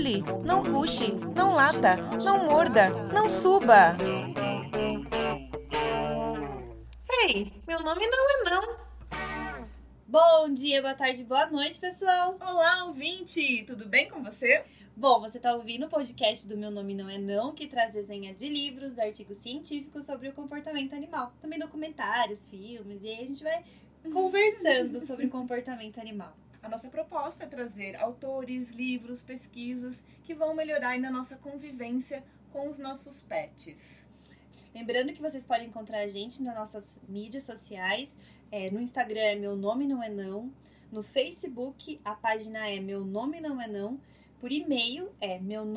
pule, não puxe, não lata, não morda, não suba. Ei, meu nome não é não. Bom dia, boa tarde, boa noite, pessoal. Olá, ouvinte! Tudo bem com você? Bom, você está ouvindo o podcast do Meu Nome Não É Não, que traz resenha de livros, artigos científicos sobre o comportamento animal. Também documentários, filmes, e aí a gente vai conversando sobre o comportamento animal. A nossa proposta é trazer autores, livros, pesquisas que vão melhorar aí na nossa convivência com os nossos pets. Lembrando que vocês podem encontrar a gente nas nossas mídias sociais. No Instagram é Meu Nome Não É Não. No Facebook, a página é Meu Nome Não É Não. Por e-mail é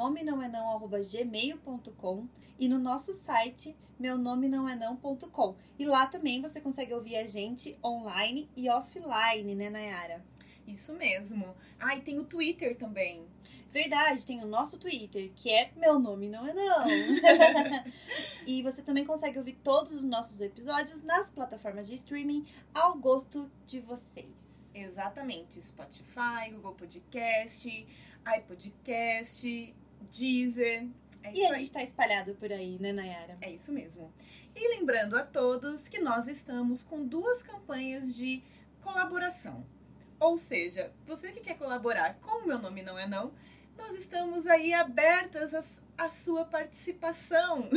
meunomenãoenão@gmail.com. E no nosso site, meunomenãoenão.com. E lá também você consegue ouvir a gente online e offline, né, Nayara? Isso mesmo. E tem o Twitter também. Verdade, tem o nosso Twitter, que é Meu Nome Não É Não. E você também consegue ouvir todos os nossos episódios nas plataformas de streaming ao gosto de vocês. Exatamente. Spotify, Google Podcast, iPodcast, Deezer. E a gente está espalhado por aí, né, Nayara? É isso mesmo. E lembrando a todos que nós estamos com 2 campanhas de colaboração. Ou seja, você que quer colaborar com o Meu Nome Não É Não, nós estamos aí abertas à sua participação.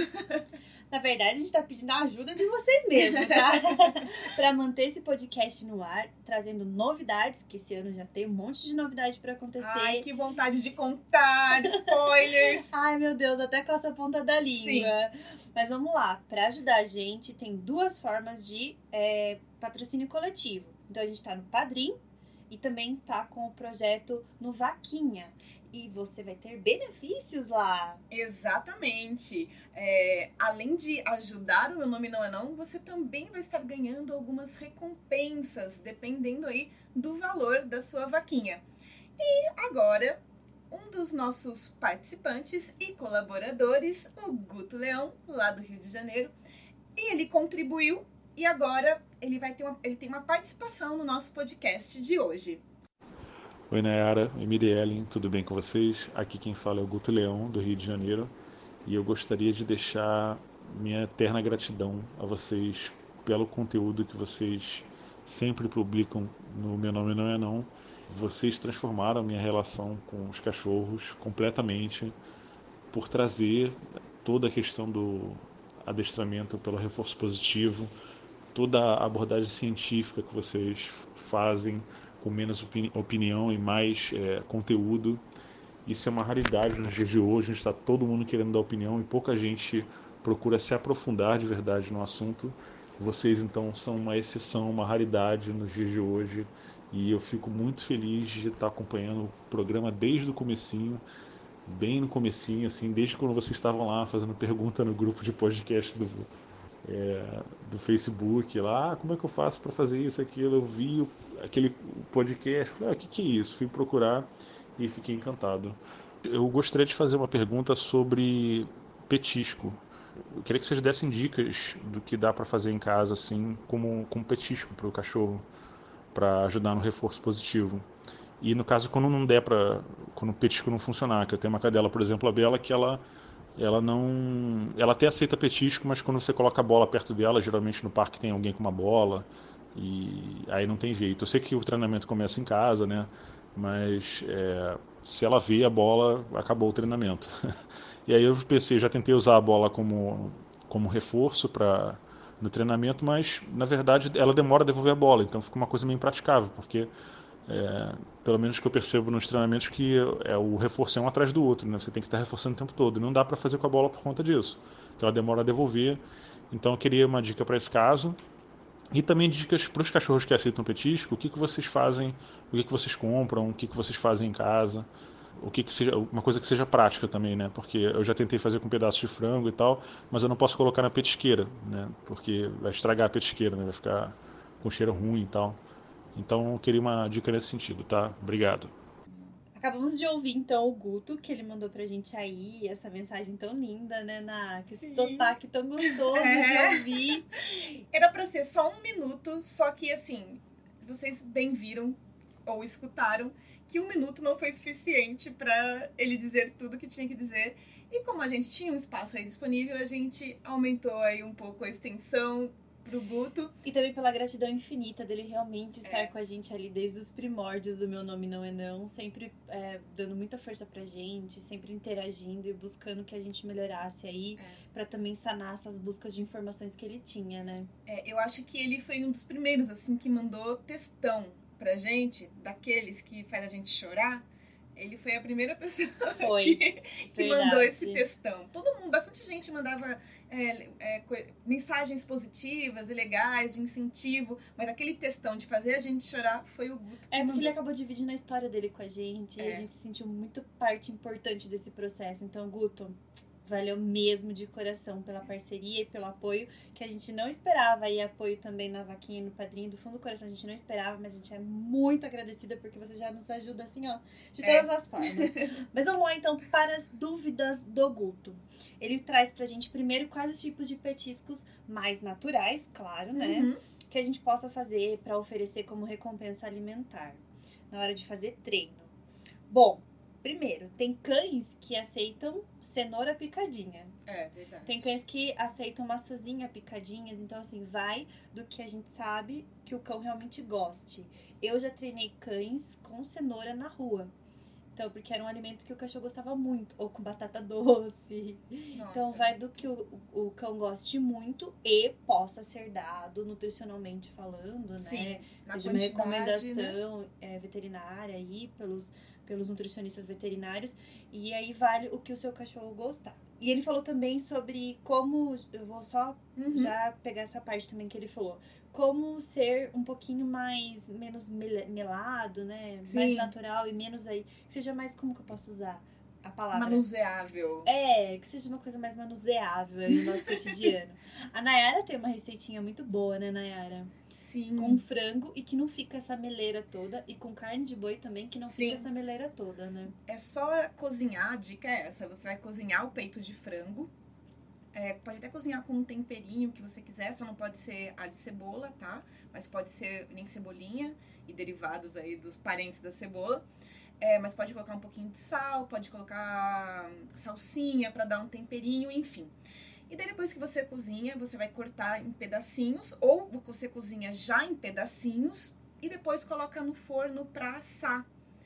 Na verdade, a gente está pedindo a ajuda de vocês mesmos, tá? Para manter esse podcast no ar, trazendo novidades, que esse ano já tem um monte de novidade para acontecer. Ai, que vontade de contar, spoilers. Ai, meu Deus, até com essa ponta da língua. Sim. Mas vamos lá, para ajudar a gente, tem 2 formas de patrocínio coletivo. Então, a gente está no Padrim e também está com o projeto no Vaquinha. E você vai ter benefícios lá. Exatamente. Além de ajudar o Meu Nome Não É Não, você também vai estar ganhando algumas recompensas, dependendo aí do valor da sua vaquinha. E agora, um dos nossos participantes e colaboradores, o Guto Leão, lá do Rio de Janeiro, e ele contribuiu e agora ele tem uma participação no nosso podcast de hoje. Oi, Nayara e Mirielle, tudo bem com vocês? Aqui quem fala é o Guto Leão, do Rio de Janeiro, e eu gostaria de deixar minha eterna gratidão a vocês pelo conteúdo que vocês sempre publicam no Meu Nome Não É Não. Vocês transformaram a minha relação com os cachorros completamente por trazer toda a questão do adestramento pelo reforço positivo, toda a abordagem científica que vocês fazem, com menos opinião e mais conteúdo. Isso é uma raridade nos dias de hoje, está todo mundo querendo dar opinião e pouca gente procura se aprofundar de verdade no assunto. Vocês então são uma exceção, uma raridade nos dias de hoje, e eu fico muito feliz de estar acompanhando o programa desde o comecinho, bem no comecinho, assim, desde quando vocês estavam lá fazendo pergunta no grupo de podcast do Facebook lá, como é que eu faço para fazer isso, aquilo. Eu vi aquele podcast, falei, o que é isso? Fui procurar e fiquei encantado. Eu gostaria de fazer uma pergunta sobre petisco. Eu queria que vocês dessem dicas do que dá para fazer em casa, assim, como petisco para o cachorro, para ajudar no reforço positivo. E no caso, quando não der quando o petisco não funcionar, que eu tenho uma cadela, por exemplo, a Bela, que ela até aceita petisco, mas quando você coloca a bola perto dela, geralmente no parque tem alguém com uma bola, e aí não tem jeito. Eu sei que o treinamento começa em casa, né? Mas se ela vê a bola, acabou o treinamento. E aí eu pensei, já tentei usar a bola como reforço no treinamento, mas na verdade ela demora a devolver a bola, então fica uma coisa meio impraticável, porque pelo menos que eu percebo nos treinamentos que o reforço é um atrás do outro, né? Você tem que estar reforçando o tempo todo, e não dá para fazer com a bola por conta disso, que ela demora a devolver. Então eu queria uma dica para esse caso, e também dicas para os cachorros que aceitam petisco. O que vocês fazem, o que vocês compram, o que vocês fazem em casa, o que seja, uma coisa que seja prática também, né? Porque eu já tentei fazer com pedaços de frango e tal, mas eu não posso colocar na petisqueira, né? Porque vai estragar a petisqueira, né? Vai ficar com cheiro ruim e tal. Então eu queria uma dica nesse sentido, tá? Obrigado. Acabamos de ouvir, então, o Guto, que ele mandou pra gente aí, essa mensagem tão linda, né, Ná? Que esse sotaque tão gostoso de ouvir. Era pra ser só 1 minuto, só que, assim, vocês bem viram, ou escutaram que 1 minuto não foi suficiente para ele dizer tudo que tinha que dizer. E como a gente tinha um espaço aí disponível, a gente aumentou aí um pouco a extensão pro Guto. E também pela gratidão infinita dele realmente estar com a gente ali desde os primórdios do Meu Nome Não É Não, sempre dando muita força pra gente, sempre interagindo e buscando que a gente melhorasse aí, pra também sanar essas buscas de informações que ele tinha, né? Eu acho que ele foi um dos primeiros, assim, que mandou textão pra gente, daqueles que faz a gente chorar. Ele foi a primeira pessoa que mandou esse textão. Todo mundo, bastante gente mandava mensagens positivas e legais, de incentivo, mas aquele textão de fazer a gente chorar foi o Guto. Porque ele acabou dividindo a história dele com a gente e a gente se sentiu muito parte importante desse processo. Então, Guto, valeu mesmo de coração pela parceria e pelo apoio, que a gente não esperava, e apoio também na vaquinha e no padrinho, do fundo do coração a gente não esperava, mas a gente é muito agradecida porque você já nos ajuda assim, ó, de todas as formas. Mas vamos lá então para as dúvidas do Guto. Ele traz pra gente primeiro quais os tipos de petiscos mais naturais, claro, né, que a gente possa fazer para oferecer como recompensa alimentar na hora de fazer treino. Bom, primeiro, tem cães que aceitam cenoura picadinha. Verdade. Tem cães que aceitam maçãzinha picadinhas. Então, assim, vai do que a gente sabe que o cão realmente goste. Eu já treinei cães com cenoura na rua. Então, porque era um alimento que o cachorro gostava muito. Ou com batata doce. Nossa. Então, vai do que o cão goste muito e possa ser dado nutricionalmente falando, Sim, né? seja uma recomendação veterinária aí pelos nutricionistas veterinários, e aí vale o que o seu cachorro gostar. E ele falou também sobre como, eu vou só já pegar essa parte também que ele falou, como ser um pouquinho menos melado, né? Sim. Mais natural e menos aí, que seja mais, como que eu posso usar a palavra? Manuseável. Que seja uma coisa mais manuseável aí no nosso cotidiano. A Nayara tem uma receitinha muito boa, né, Nayara? Sim. Com frango e que não fica essa meleira toda. E com carne de boi também, que não fica essa meleira toda, né? É só cozinhar, a dica é essa. Você vai cozinhar o peito de frango. Pode até cozinhar com um temperinho que você quiser. Só não pode ser alho e cebola, tá? Mas pode ser nem cebolinha e derivados aí dos parentes da cebola. Mas pode colocar um pouquinho de sal, pode colocar salsinha pra dar um temperinho, enfim. E daí depois que você cozinha, você vai cortar em pedacinhos, ou você cozinha já em pedacinhos e depois coloca no forno pra assar.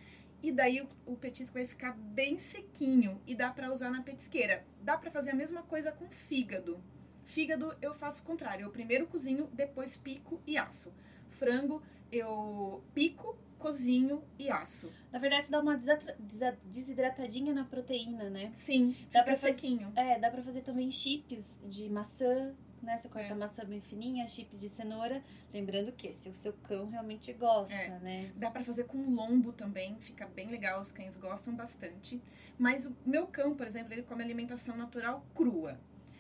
E daí o petisco vai ficar bem sequinho e dá pra usar na petisqueira. Dá pra fazer a mesma coisa com fígado. Fígado eu faço o contrário, eu primeiro cozinho, depois pico e asso. Frango eu pico, cozinho e asso. Na verdade, você dá uma desidratadinha na proteína, né? Sim, dá pra sequinho. Dá pra fazer também chips de maçã, né? Você corta a maçã bem fininha, chips de cenoura. Lembrando que se o seu cão realmente gosta, né? Dá pra fazer com lombo também, fica bem legal, os cães gostam bastante. Mas o meu cão, por exemplo, ele come alimentação natural crua.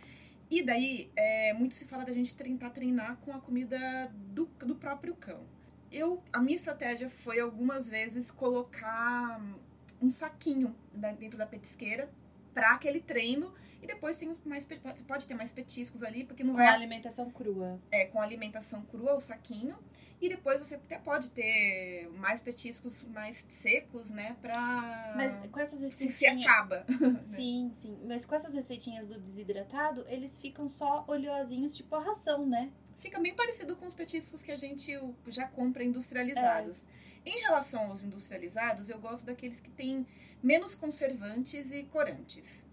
E daí, muito se fala da gente tentar treinar com a comida do próprio cão. A minha estratégia foi algumas vezes colocar um saquinho dentro da petisqueira para aquele treino e depois você pode ter mais petiscos ali, porque não vai... Com alimentação crua. Com alimentação crua, o saquinho. E depois você até pode ter mais petiscos mais secos, né? Mas com essas receitinhas... Se acaba. Sim, sim. Mas com essas receitinhas do desidratado, eles ficam só oleosinhos, tipo a ração, né? Fica bem parecido com os petiscos que a gente já compra industrializados. Em relação aos industrializados, eu gosto daqueles que têm menos conservantes e corantes.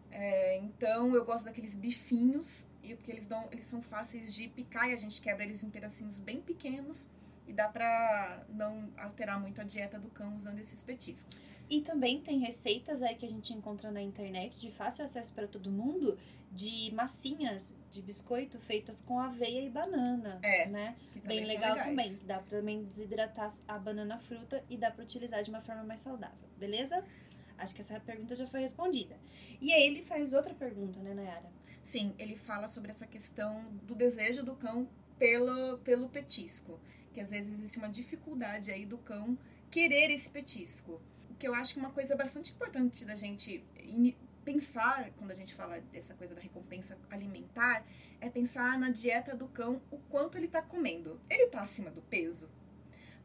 Então, eu gosto daqueles bifinhos, porque eles são fáceis de picar e a gente quebra eles em pedacinhos bem pequenos. E dá pra não alterar muito a dieta do cão usando esses petiscos. E também tem receitas aí que a gente encontra na internet, de fácil acesso para todo mundo, de massinhas de biscoito feitas com aveia e banana, né? Bem legal também. Dá pra também desidratar a banana fruta e dá pra utilizar de uma forma mais saudável, beleza? Acho que essa pergunta já foi respondida. E aí ele faz outra pergunta, né, Nayara? Sim, ele fala sobre essa questão do desejo do cão pelo petisco. Que às vezes existe uma dificuldade aí do cão querer esse petisco. O que eu acho que é uma coisa bastante importante da gente pensar, quando a gente fala dessa coisa da recompensa alimentar, é pensar na dieta do cão, o quanto ele está comendo. Ele está acima do peso?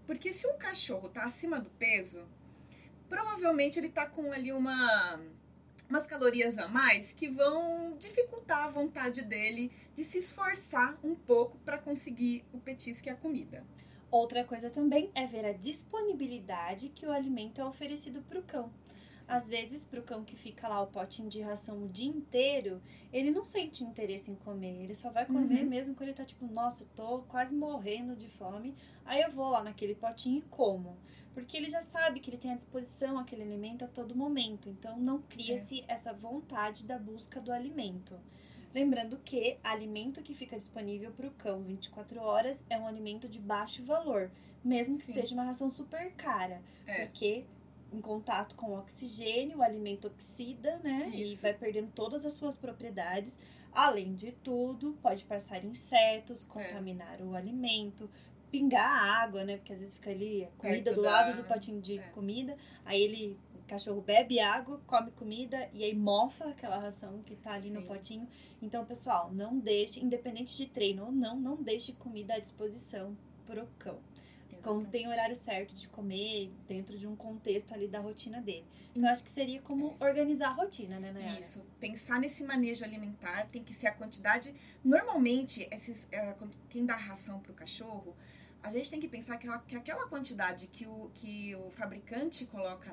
Porque se um cachorro tá acima do peso, provavelmente ele tá com ali umas calorias a mais que vão dificultar a vontade dele de se esforçar um pouco para conseguir o petisco e a comida. Outra coisa também é ver a disponibilidade que o alimento é oferecido para o cão. Às vezes, para o cão que fica lá o potinho de ração o dia inteiro, ele não sente interesse em comer. Ele só vai comer mesmo quando ele tá tipo, nossa, eu tô quase morrendo de fome. Aí eu vou lá naquele potinho e como. Porque ele já sabe que ele tem à disposição aquele alimento a todo momento. Então, não cria-se essa vontade da busca do alimento. Lembrando que alimento que fica disponível para o cão 24 horas é um alimento de baixo valor. Mesmo que seja uma ração super cara. Porque em contato com o oxigênio, o alimento oxida, né? E vai perdendo todas as suas propriedades. Além de tudo, pode passar insetos, contaminar o alimento, pingar água, né? Porque às vezes fica ali a comida do lado do potinho de comida. Aí o cachorro bebe água, come comida e aí mofa aquela ração que tá ali no potinho. Então, pessoal, não deixe, independente de treino ou não deixe comida à disposição pro cão. Então, tem o horário certo de comer dentro de um contexto ali da rotina dele. Então, eu acho que seria como organizar a rotina, né, Nayara? Isso. Pensar nesse manejo alimentar tem que ser a quantidade. Normalmente, quem dá ração pro cachorro, a gente tem que pensar que aquela quantidade que o fabricante coloca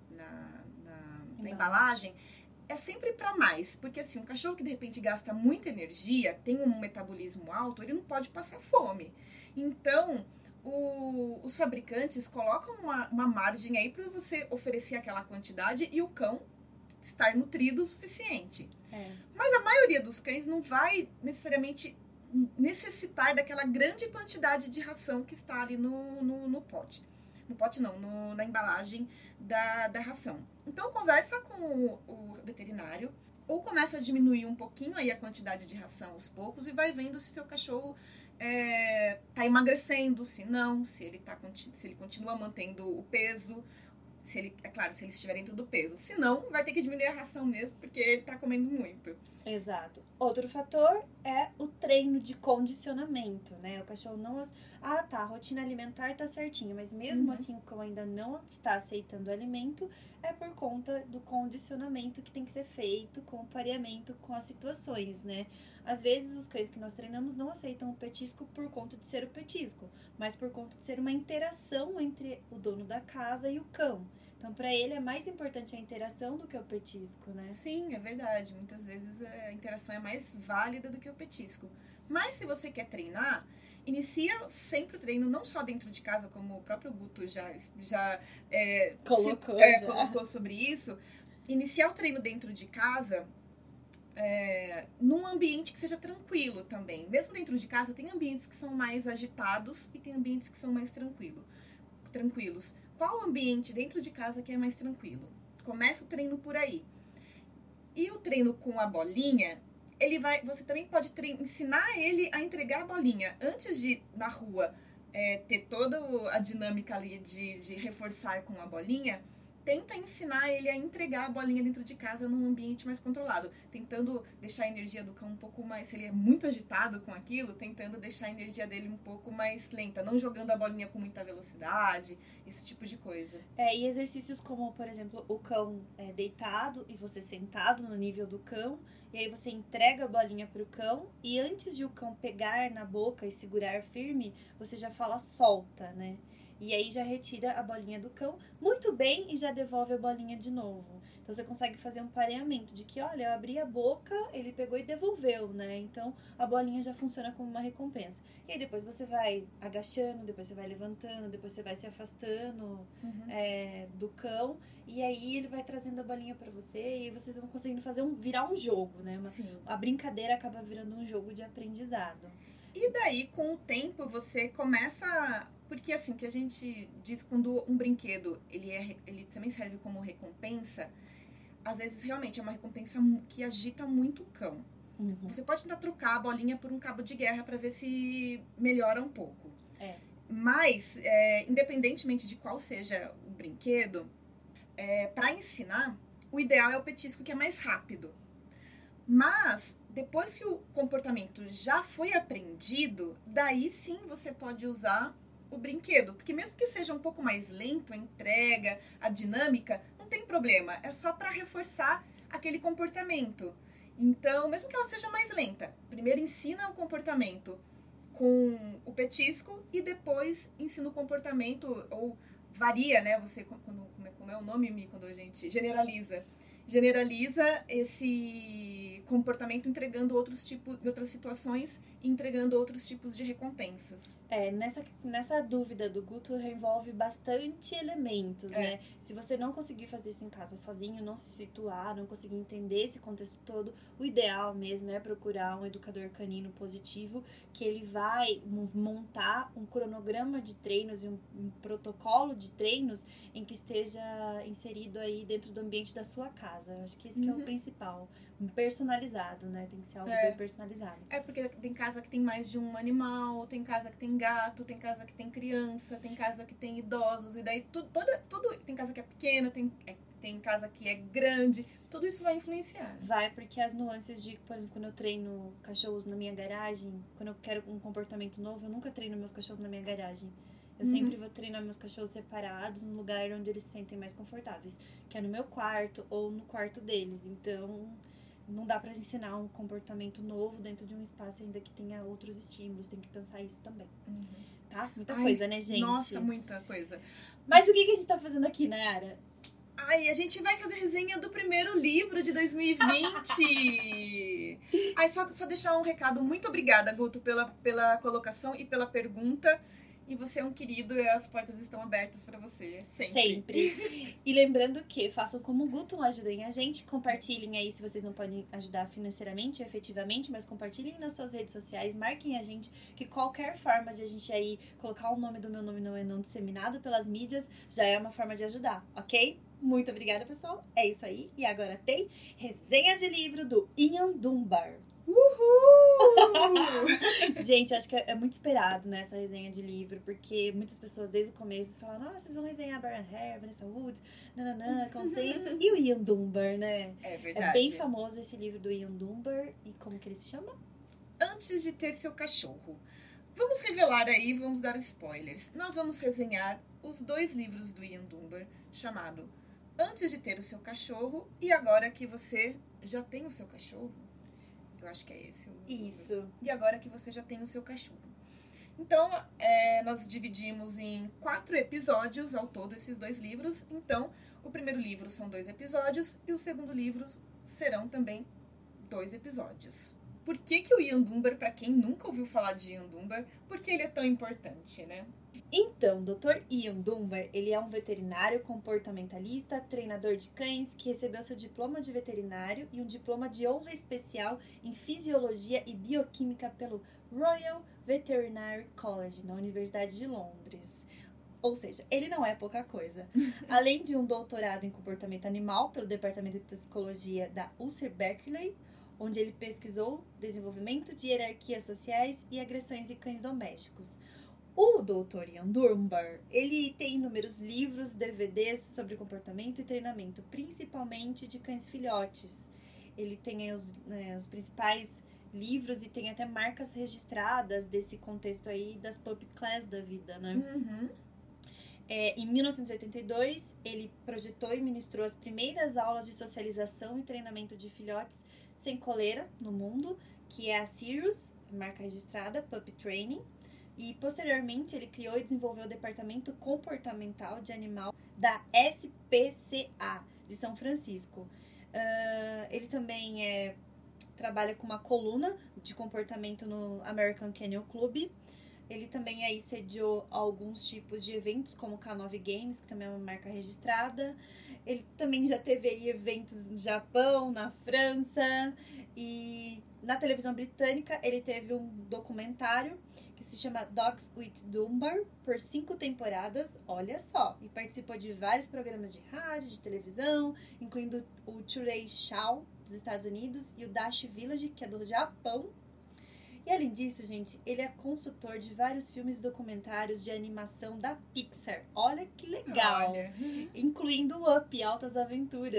na embalagem é sempre para mais. Porque, assim, um cachorro que, de repente, gasta muita energia, tem um metabolismo alto, ele não pode passar fome. Então, os fabricantes colocam uma margem aí para você oferecer aquela quantidade e o cão estar nutrido o suficiente. Mas a maioria dos cães não vai necessariamente necessitar daquela grande quantidade de ração que está ali no pote. No pote não, na embalagem da ração. Então, conversa com o veterinário ou começa a diminuir um pouquinho aí a quantidade de ração aos poucos e vai vendo se seu cachorro tá emagrecendo, se não, se ele continua mantendo o peso, se ele estiver dentro do peso. Se não, vai ter que diminuir a ração mesmo, porque ele tá comendo muito. Exato. Outro fator é o treino de condicionamento, né? O cachorro não... a rotina alimentar tá certinha, mas mesmo assim o cão ainda não está aceitando o alimento, é por conta do condicionamento que tem que ser feito com o pareamento com as situações, né? Às vezes os cães que nós treinamos não aceitam o petisco por conta de ser o petisco, mas por conta de ser uma interação entre o dono da casa e o cão. Então, para ele é mais importante a interação do que o petisco, né? Sim, é verdade. Muitas vezes a interação é mais válida do que o petisco. Mas se você quer treinar, inicia sempre o treino, não só dentro de casa, como o próprio Guto já colocou sobre isso. Iniciar o treino dentro de casa num ambiente que seja tranquilo também. Mesmo dentro de casa, tem ambientes que são mais agitados e tem ambientes que são mais tranquilos. Qual ambiente dentro de casa que é mais tranquilo? Começa o treino por aí. E o treino com a bolinha, você também pode ensinar ele a entregar a bolinha. Antes de, na rua, ter toda a dinâmica ali de reforçar com a bolinha, tenta ensinar ele a entregar a bolinha dentro de casa num ambiente mais controlado. Tentando deixar a energia do cão um pouco mais... Se ele é muito agitado com aquilo, tentando deixar a energia dele um pouco mais lenta. Não jogando a bolinha com muita velocidade, esse tipo de coisa. E exercícios como, por exemplo, o cão deitado e você sentado no nível do cão. E aí você entrega a bolinha pro cão. E antes de o cão pegar na boca e segurar firme, você já fala solta, né? E aí já retira a bolinha do cão muito bem e já devolve a bolinha de novo. Então você consegue fazer um pareamento de que, olha, eu abri a boca, ele pegou e devolveu, né? Então a bolinha já funciona como uma recompensa. E aí depois você vai agachando, depois você vai levantando, depois você vai se afastando do cão. E aí ele vai trazendo a bolinha pra você e vocês vão conseguindo virar um jogo, né? A brincadeira acaba virando um jogo de aprendizado. E daí, com o tempo, você começa... Porque, assim, que a gente diz quando um brinquedo, ele também serve como recompensa, às vezes, realmente, é uma recompensa que agita muito o cão. Você pode tentar trocar a bolinha por um cabo de guerra para ver se melhora um pouco. Mas, independentemente de qual seja o brinquedo, para ensinar, o ideal é o petisco, que é mais rápido. Mas, depois que o comportamento já foi aprendido, daí sim você pode usar o brinquedo. Porque mesmo que seja um pouco mais lento a entrega, a dinâmica, não tem problema. É só para reforçar aquele comportamento. Então, mesmo que ela seja mais lenta, primeiro ensina o comportamento com o petisco e depois ensina o comportamento, ou varia, né? Você, como é o nome, Mi, quando a gente generaliza esse comportamento entregando outros situações e entregando outros tipos de recompensas. Nessa dúvida do Guto envolve bastante elementos, né? Se você não conseguir fazer isso em casa sozinho, não se situar, não conseguir entender esse contexto todo, o ideal mesmo é procurar um educador canino positivo, que ele vai montar um cronograma de treinos e um protocolo de treinos em que esteja inserido aí dentro do ambiente da sua casa. Eu acho que esse que é o principal. Personalizado, né? Tem que ser algo bem personalizado. Porque tem casa que tem mais de um animal, tem casa que tem gato, tem casa que tem criança, tem casa que tem idosos, e daí tudo tem casa que é pequena, tem casa que é grande, tudo isso vai influenciar. Vai, porque as nuances de, por exemplo, quando eu treino cachorros na minha garagem, quando eu quero um comportamento novo, eu nunca treino meus cachorros na minha garagem. Eu sempre vou treinar meus cachorros separados, no lugar onde eles se sentem mais confortáveis, que é no meu quarto ou no quarto deles. Então, não dá pra ensinar um comportamento novo dentro de um espaço ainda que tenha outros estímulos. Tem que pensar isso também. Tá? Muita coisa, né, gente? Nossa, muita coisa. Mas o que a gente tá fazendo aqui, Nayara? A gente vai fazer resenha do primeiro livro de 2020. Só deixar um recado. Muito obrigada, Guto, pela colocação e pela pergunta. E você é um querido e as portas estão abertas para você. Sempre. E lembrando que façam como o Guto, ajudem a gente. Compartilhem aí se vocês não podem ajudar financeiramente, efetivamente, mas compartilhem nas suas redes sociais. Marquem a gente, que qualquer forma de a gente aí colocar o nome do Meu Nome Não É Não disseminado pelas mídias já é uma forma de ajudar, ok? Muito obrigada, pessoal. É isso aí. E agora tem resenha de livro do Ian Dunbar. Uhul! Gente, acho que é muito esperado, né, essa resenha de livro, porque muitas pessoas desde o começo falam, nossa, vocês vão resenhar Baron Hare, Vanessa Wood, Consenso, e o Ian Dunbar, né? É verdade. É bem famoso esse livro do Ian Dunbar, e como que ele se chama? Antes de Ter Seu Cachorro. Vamos revelar aí, vamos dar spoilers. Nós vamos resenhar os 2 livros do Ian Dunbar, chamado Antes de Ter o Seu Cachorro e Agora que Você Já Tem o Seu Cachorro. Eu acho que é esse. Isso. E agora que você já tem o seu cachorro. Então, nós dividimos em 4 episódios ao todo esses 2 livros. Então, o primeiro livro são 2 episódios e o segundo livro serão também 2 episódios. Por que o Ian Dunbar, para quem nunca ouviu falar de Ian Dunbar, por que ele é tão importante, né? Então, Dr. Ian Dunbar, ele é um veterinário comportamentalista, treinador de cães, que recebeu seu diploma de veterinário e um diploma de honra especial em fisiologia e bioquímica pelo Royal Veterinary College, na Universidade de Londres. Ou seja, ele não é pouca coisa. Além de um doutorado em comportamento animal pelo Departamento de Psicologia da UC Berkeley, onde ele pesquisou desenvolvimento de hierarquias sociais e agressões de cães domésticos. O Dr. Ian Dunbar, ele tem inúmeros livros, DVDs sobre comportamento e treinamento, principalmente de cães filhotes. Ele tem os principais livros e tem até marcas registradas desse contexto aí das puppy class da vida, né? Em 1982, ele projetou e ministrou as primeiras aulas de socialização e treinamento de filhotes sem coleira no mundo, que é a Sirius, marca registrada, Puppy Training. E, posteriormente, ele criou e desenvolveu o Departamento Comportamental de Animal da SPCA, de São Francisco. Ele também trabalha com uma coluna de comportamento no American Kennel Club. Ele também aí sediou alguns tipos de eventos, como o K9 Games, que também é uma marca registrada. Ele também já teve aí eventos no Japão, na França, e na televisão britânica ele teve um documentário que se chama Dogs with Dunbar, por 5 temporadas, olha só, e participou de vários programas de rádio, de televisão, incluindo o Today Show dos Estados Unidos e o Dash Village, que é do Japão. E além disso, gente, ele é consultor de vários filmes e documentários de animação da Pixar. Olha que legal! Olha. Incluindo o Up, Altas Aventuras. Ai,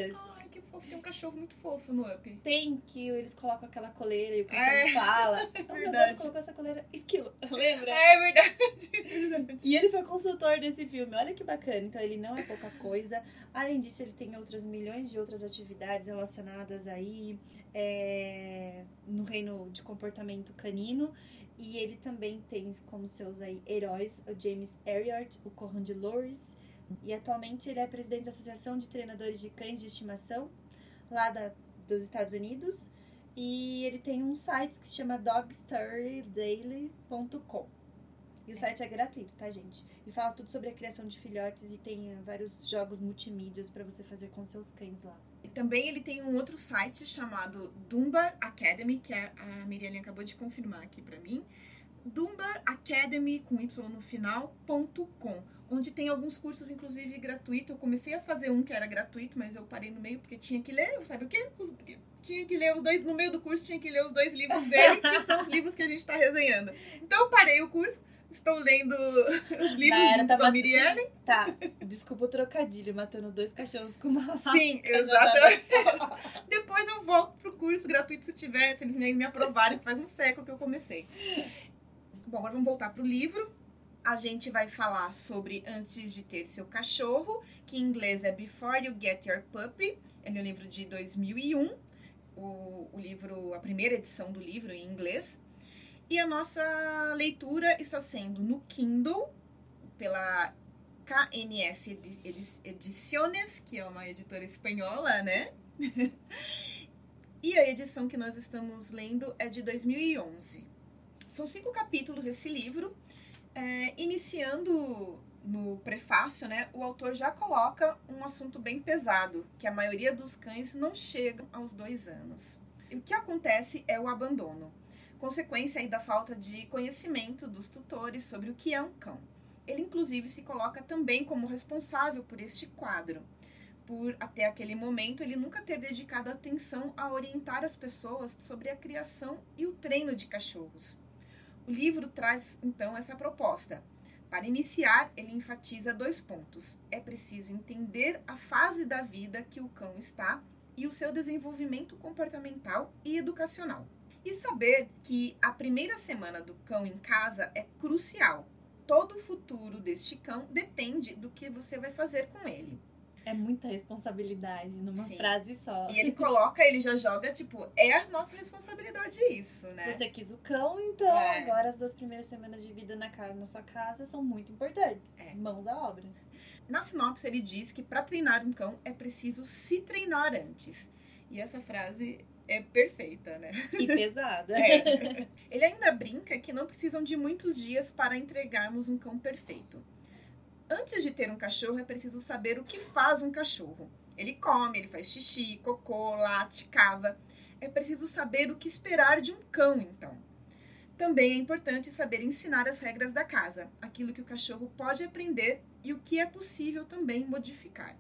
Ai, que fofo, tem um cachorro muito fofo no Up. Tem que eles colocam aquela coleira e o cachorro fala. Oh, meu Deus, colocou essa coleira. Esquilo, lembra? É verdade. E ele foi consultor desse filme, olha que bacana. Então ele não é pouca coisa. Além disso, ele tem outras milhões de outras atividades relacionadas aí no reino de comportamento canino. E ele também tem como seus aí heróis o James Herriot, o Corran de Loris. E atualmente ele é presidente da Associação de Treinadores de Cães de Estimação, lá dos Estados Unidos. E ele tem um site que se chama dogstorydaily.com. E o site é gratuito, tá, gente? E fala tudo sobre a criação de filhotes e tem vários jogos multimídias para você fazer com seus cães lá. E também ele tem um outro site chamado Dunbar Academy, que a Miriam acabou de confirmar aqui para mim. Dunbar Academy, com Y no final.com, onde tem alguns cursos, inclusive, gratuitos. Eu comecei a fazer um que era gratuito, mas eu parei no meio porque tinha que ler, sabe o quê? Tinha que ler os dois, no meio do curso tinha que ler os 2 livros dele, que são os livros que a gente está resenhando. Então eu parei o curso, estou lendo os livros junto com a Miriam. Tá, desculpa o trocadilho, matando 2 cachorros com uma... Sim, exatamente. Depois eu volto pro curso gratuito se tiver, se eles me aprovarem, que faz um século que eu comecei. Bom, agora vamos voltar pro livro. A gente vai falar sobre Antes de Ter Seu Cachorro, que em inglês é Before You Get Your Puppy. Ele é um livro de 2001, a primeira edição do livro em inglês. E a nossa leitura está sendo no Kindle, pela KNS Ediciones, que é uma editora espanhola, né? E a edição que nós estamos lendo é de 2011. São 5 capítulos esse livro. Iniciando no prefácio, né, o autor já coloca um assunto bem pesado, que a maioria dos cães não chegam aos 2 anos. E o que acontece é o abandono, consequência aí da falta de conhecimento dos tutores sobre o que é um cão. Ele, inclusive, se coloca também como responsável por este quadro, por, até aquele momento, ele nunca ter dedicado atenção a orientar as pessoas sobre a criação e o treino de cachorros. O livro traz, então, essa proposta. Para iniciar, ele enfatiza 2 pontos. É preciso entender a fase da vida que o cão está e o seu desenvolvimento comportamental e educacional. E saber que a primeira semana do cão em casa é crucial. Todo o futuro deste cão depende do que você vai fazer com ele. É muita responsabilidade numa Sim. frase só. E ele já joga, tipo, é a nossa responsabilidade isso, né? Você quis o cão, então agora as 2 primeiras semanas de vida na sua casa são muito importantes. Mãos à obra. Na sinopse ele diz que para treinar um cão é preciso se treinar antes. E essa frase é perfeita, né? E pesada. Ele ainda brinca que não precisam de muitos dias para entregarmos um cão perfeito. Antes de ter um cachorro, é preciso saber o que faz um cachorro. Ele come, ele faz xixi, cocô, late, cava. É preciso saber o que esperar de um cão, então. Também é importante saber ensinar as regras da casa, aquilo que o cachorro pode aprender e o que é possível também modificar.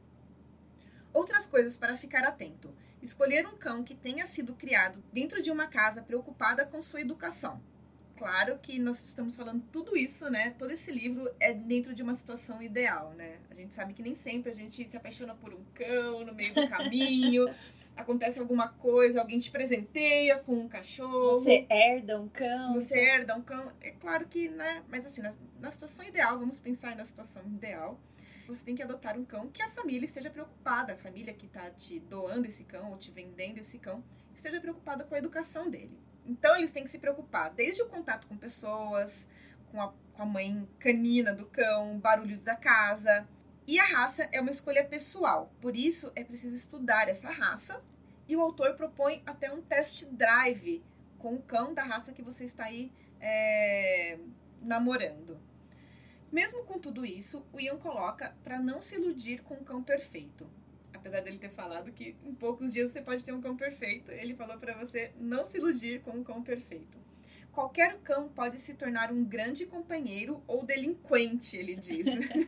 Outras coisas para ficar atento. Escolher um cão que tenha sido criado dentro de uma casa preocupada com sua educação. Claro que nós estamos falando tudo isso, né? Todo esse livro é dentro de uma situação ideal, né? A gente sabe que nem sempre a gente se apaixona por um cão no meio do caminho. Acontece alguma coisa, alguém te presenteia com um cachorro. Você herda um cão. É claro que, né? Mas assim, na situação ideal, vamos pensar na situação ideal. Você tem que adotar um cão que a família esteja preocupada. A família que está te doando esse cão ou te vendendo esse cão, esteja preocupada com a educação dele. Então, eles têm que se preocupar desde o contato com pessoas, com a mãe canina do cão, barulhos da casa. E a raça é uma escolha pessoal, por isso é preciso estudar essa raça. E o autor propõe até um test drive com o cão da raça que você está aí namorando. Mesmo com tudo isso, o Ian coloca para não se iludir com um cão perfeito. Apesar dele ter falado que em poucos dias você pode ter um cão perfeito, ele falou para você não se iludir com um cão perfeito. Qualquer cão pode se tornar um grande companheiro ou delinquente, ele diz.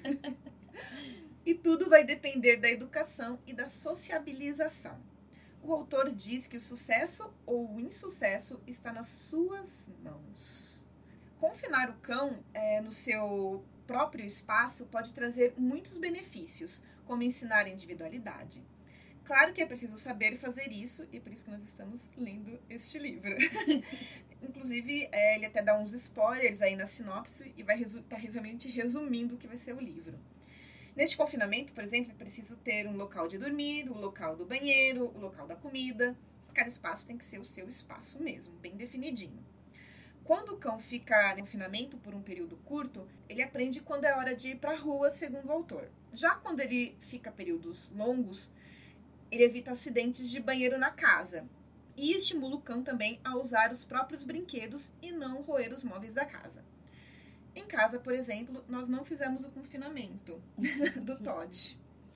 E tudo vai depender da educação e da sociabilização. O autor diz que o sucesso ou o insucesso está nas suas mãos. Confinar o cão no seu próprio espaço pode trazer muitos benefícios, como ensinar individualidade. Claro que é preciso saber fazer isso, e é por isso que nós estamos lendo este livro. Inclusive, ele até dá uns spoilers aí na sinopse e vai estar realmente resumindo o que vai ser o livro. Neste confinamento, por exemplo, é preciso ter um local de dormir, o local do banheiro, o local da comida. Cada espaço tem que ser o seu espaço mesmo, bem definidinho. Quando o cão fica em confinamento por um período curto, ele aprende quando é hora de ir para a rua, segundo o autor. Já quando ele fica períodos longos, ele evita acidentes de banheiro na casa e estimula o cão também a usar os próprios brinquedos e não roer os móveis da casa. Em casa, por exemplo, nós não fizemos o confinamento do Todd.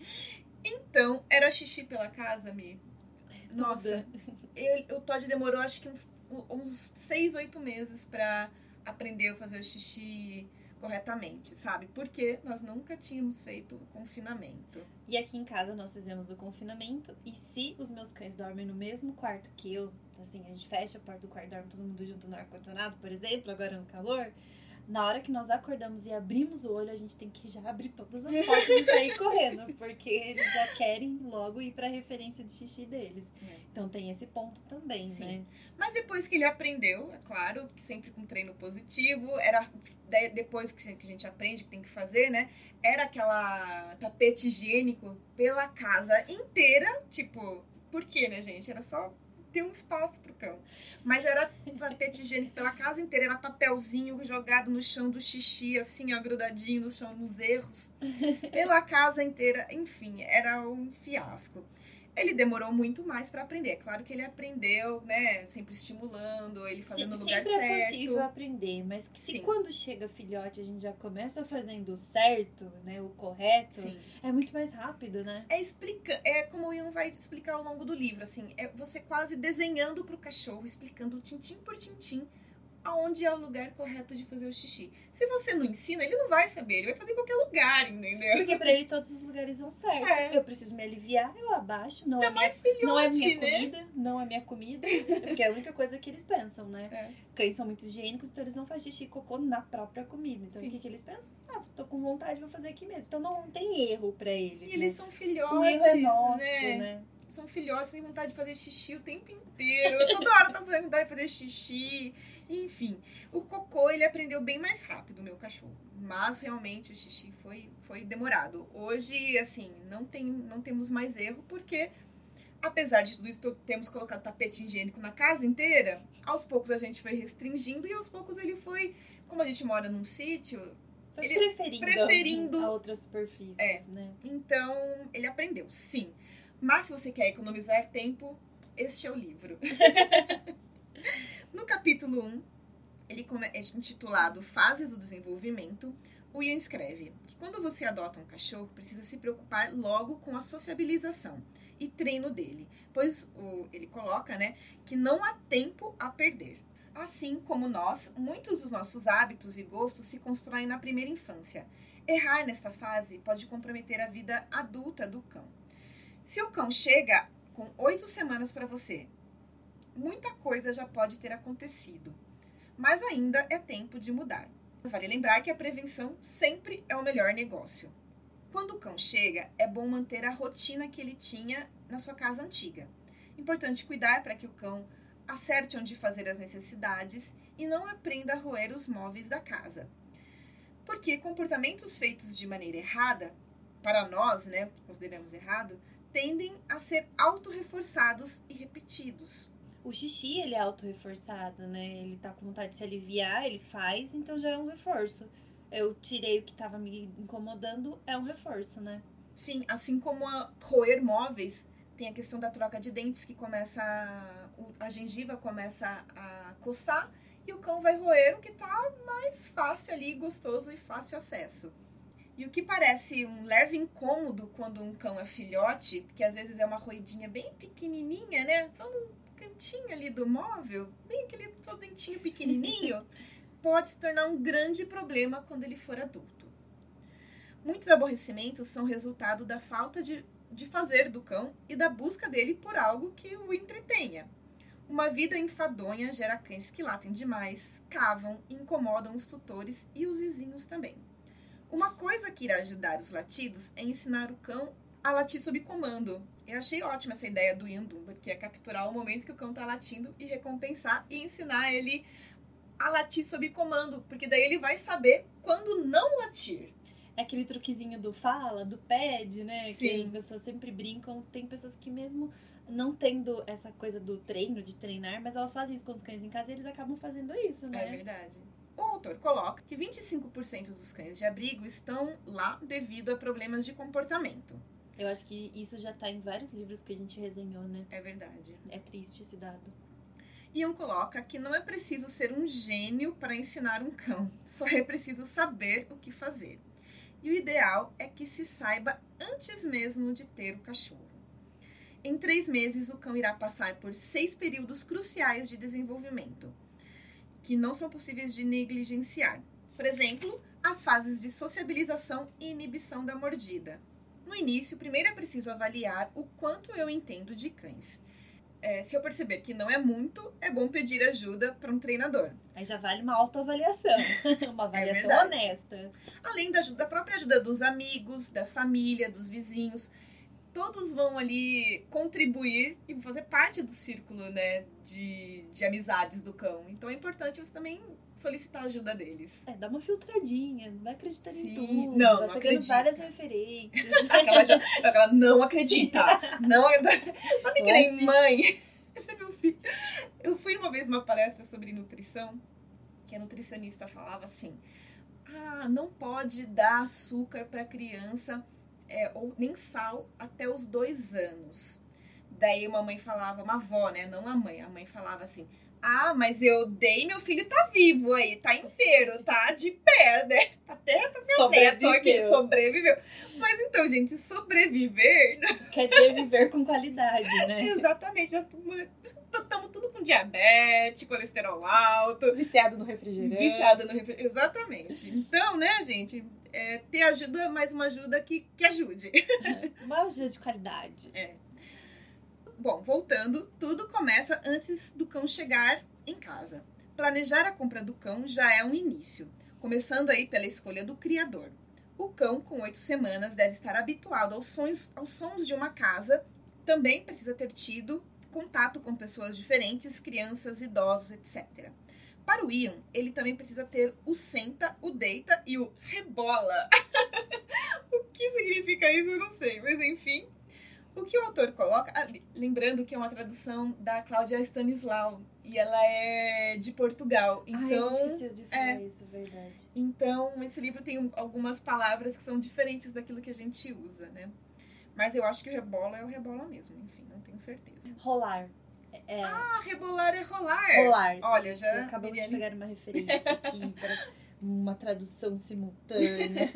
Então, era xixi pela casa, Mi. Nossa, o Todd demorou acho que uns 6, 8 meses para aprender a fazer o xixi corretamente, sabe? Porque nós nunca tínhamos feito o confinamento. E aqui em casa nós fizemos o confinamento, e se os meus cães dormem no mesmo quarto que eu, assim, a gente fecha a porta do quarto, dorme todo mundo junto no ar-condicionado, por exemplo, agora no calor, na hora que nós acordamos e abrimos o olho, a gente tem que já abrir todas as portas e sair correndo, porque eles já querem logo ir pra referência de xixi deles. Então tem esse ponto também, Sim. né? Mas depois que ele aprendeu, é claro, sempre com treino positivo, era depois que a gente aprende que tem que fazer, né? Era aquela tapete higiênico pela casa inteira, tipo, por quê, né, gente? Era só ter um espaço pro cão. Mas era tapete higiênico pela casa inteira, era papelzinho jogado no chão do xixi, assim, ó, grudadinho no chão, nos erros. Pela casa inteira, enfim, era um fiasco. Ele demorou muito mais para aprender. É claro que ele aprendeu, né? Sempre estimulando, ele fazendo no lugar certo. Sempre é possível aprender, mas se quando chega filhote a gente já começa fazendo o certo, né? O correto, Sim. É muito mais rápido, né? É como o Ian vai explicar ao longo do livro, assim. É você quase desenhando pro cachorro, explicando tintim por tintim aonde é o lugar correto de fazer o xixi. Se você não ensina, ele não vai saber, ele vai fazer em qualquer lugar, entendeu? Porque pra ele todos os lugares são certos. Eu preciso me aliviar, eu abaixo. Não é minha comida, não é minha comida. Porque é a única coisa que eles pensam, né? Cães são muito higiênicos, então eles não fazem xixi e cocô na própria comida. Então o que eles pensam? Tô com vontade, vou fazer aqui mesmo. Então não tem erro pra eles. E eles são filhotes, o erro é nosso, né? São filhotes, têm vontade de fazer xixi o tempo inteiro. Toda hora tá com vontade de fazer xixi. Enfim, o cocô ele aprendeu bem mais rápido, o meu cachorro. Mas realmente o xixi foi demorado. Hoje, assim, não temos mais erro, porque apesar de tudo isso, temos colocado tapete higiênico na casa inteira. Aos poucos a gente foi restringindo e aos poucos ele foi, como a gente mora num sítio, ele preferindo a outras superfícies, né? Então, ele aprendeu, sim. Mas se você quer economizar tempo, este é o livro. No capítulo 1, ele é intitulado Fases do Desenvolvimento, o Ian escreve que quando você adota um cachorro, precisa se preocupar logo com a sociabilização e treino dele, pois ele coloca, né, que não há tempo a perder. Assim como nós, muitos dos nossos hábitos e gostos se constroem na primeira infância. Errar nesta fase pode comprometer a vida adulta do cão. Se o cão chega com 8 semanas para você, muita coisa já pode ter acontecido, mas ainda é tempo de mudar. Vale lembrar que a prevenção sempre é o melhor negócio. Quando o cão chega, é bom manter a rotina que ele tinha na sua casa antiga. Importante cuidar para que o cão acerte onde fazer as necessidades e não aprenda a roer os móveis da casa. Porque comportamentos feitos de maneira errada, para nós, né, que consideramos errado, tendem a ser autorreforçados e repetidos. O xixi, ele é autorreforçado, né? Ele tá com vontade de se aliviar, ele faz, então já é um reforço. Eu tirei o que tava me incomodando, é um reforço, né? Sim, assim como roer móveis, tem a questão da troca de dentes que começa a gengiva começa a coçar e o cão vai roer o que tá mais fácil ali, gostoso e fácil acesso. E o que parece um leve incômodo quando um cão é filhote, que às vezes é uma roidinha bem pequenininha, né? Só num cantinho ali do móvel, bem aquele só dentinho pequenininho, pode se tornar um grande problema quando ele for adulto. Muitos aborrecimentos são resultado da falta de fazer do cão e da busca dele por algo que o entretenha. Uma vida enfadonha gera cães que latem demais, cavam e incomodam os tutores e os vizinhos também. Uma coisa que irá ajudar os latidos é ensinar o cão a latir sob comando. Eu achei ótima essa ideia do Ian Dunbar, que é capturar o momento que o cão tá latindo e recompensar e ensinar ele a latir sob comando, porque daí ele vai saber quando não latir. É aquele truquezinho do fala, do pede, né? Sim. Que as pessoas sempre brincam. Tem pessoas que mesmo não tendo essa coisa do treino, de treinar, mas elas fazem isso com os cães em casa e eles acabam fazendo isso, né? É verdade. O autor coloca que 25% dos cães de abrigo estão lá devido a problemas de comportamento. Eu acho que isso já tá em vários livros que a gente resenhou, né? É verdade. É triste esse dado. Ian coloca que não é preciso ser um gênio para ensinar um cão, só é preciso saber o que fazer. E o ideal é que se saiba antes mesmo de ter o cachorro. Em 3 meses, o cão irá passar por 6 períodos cruciais de desenvolvimento, que não são possíveis de negligenciar. Por exemplo, as fases de sociabilização e inibição da mordida. No início, primeiro é preciso avaliar o quanto eu entendo de cães. Se eu perceber que não é muito, é bom pedir ajuda para um treinador. Aí já vale uma autoavaliação, uma avaliação verdade. honesta. Além da própria ajuda dos amigos, da família, dos vizinhos. Todos vão ali contribuir e fazer parte do círculo, né, de amizades do cão. Então é importante você também solicitar a ajuda deles. Dá uma filtradinha, não vai acreditando em Sim. tudo. Não, vai não pegando acredita. várias referências. Aquela não acredita. Não, sabe que nem mãe? Eu fui uma vez numa palestra sobre nutrição, que a nutricionista falava assim, não pode dar açúcar para criança, ou nem sal, até os 2 anos. Daí uma mãe falava, uma avó, né, não a mãe falava assim, mas eu dei, meu filho tá vivo aí, tá inteiro, tá de pé, né? Até meu neto aqui sobreviveu. Mas então, gente, sobreviver... Quer dizer viver com qualidade, né? Exatamente. Estamos tudo com diabetes, colesterol alto. Viciado no refrigerante. Exatamente. Então, né, gente, ter ajuda, mais uma ajuda que ajude. Uma ajuda de qualidade. Bom, voltando, tudo começa antes do cão chegar em casa. Planejar a compra do cão já é um início, começando aí pela escolha do criador. O cão, com 8 semanas, deve estar habituado aos sons de uma casa, também precisa ter tido contato com pessoas diferentes, crianças, idosos, etc. Para o Ian, ele também precisa ter o senta, o deita e o rebola. O que significa isso, eu não sei, mas enfim... O que o autor coloca, lembrando que é uma tradução da Cláudia Stanislau, e ela é de Portugal. Então, eu esqueci de falar isso, verdade. Então, esse livro tem algumas palavras que são diferentes daquilo que a gente usa, né? Mas eu acho que o rebola é o rebola mesmo, enfim, não tenho certeza. Rolar. Rebolar é rolar. Rolar. Olha, isso, já... Acabamos de pegar uma referência aqui para uma tradução simultânea.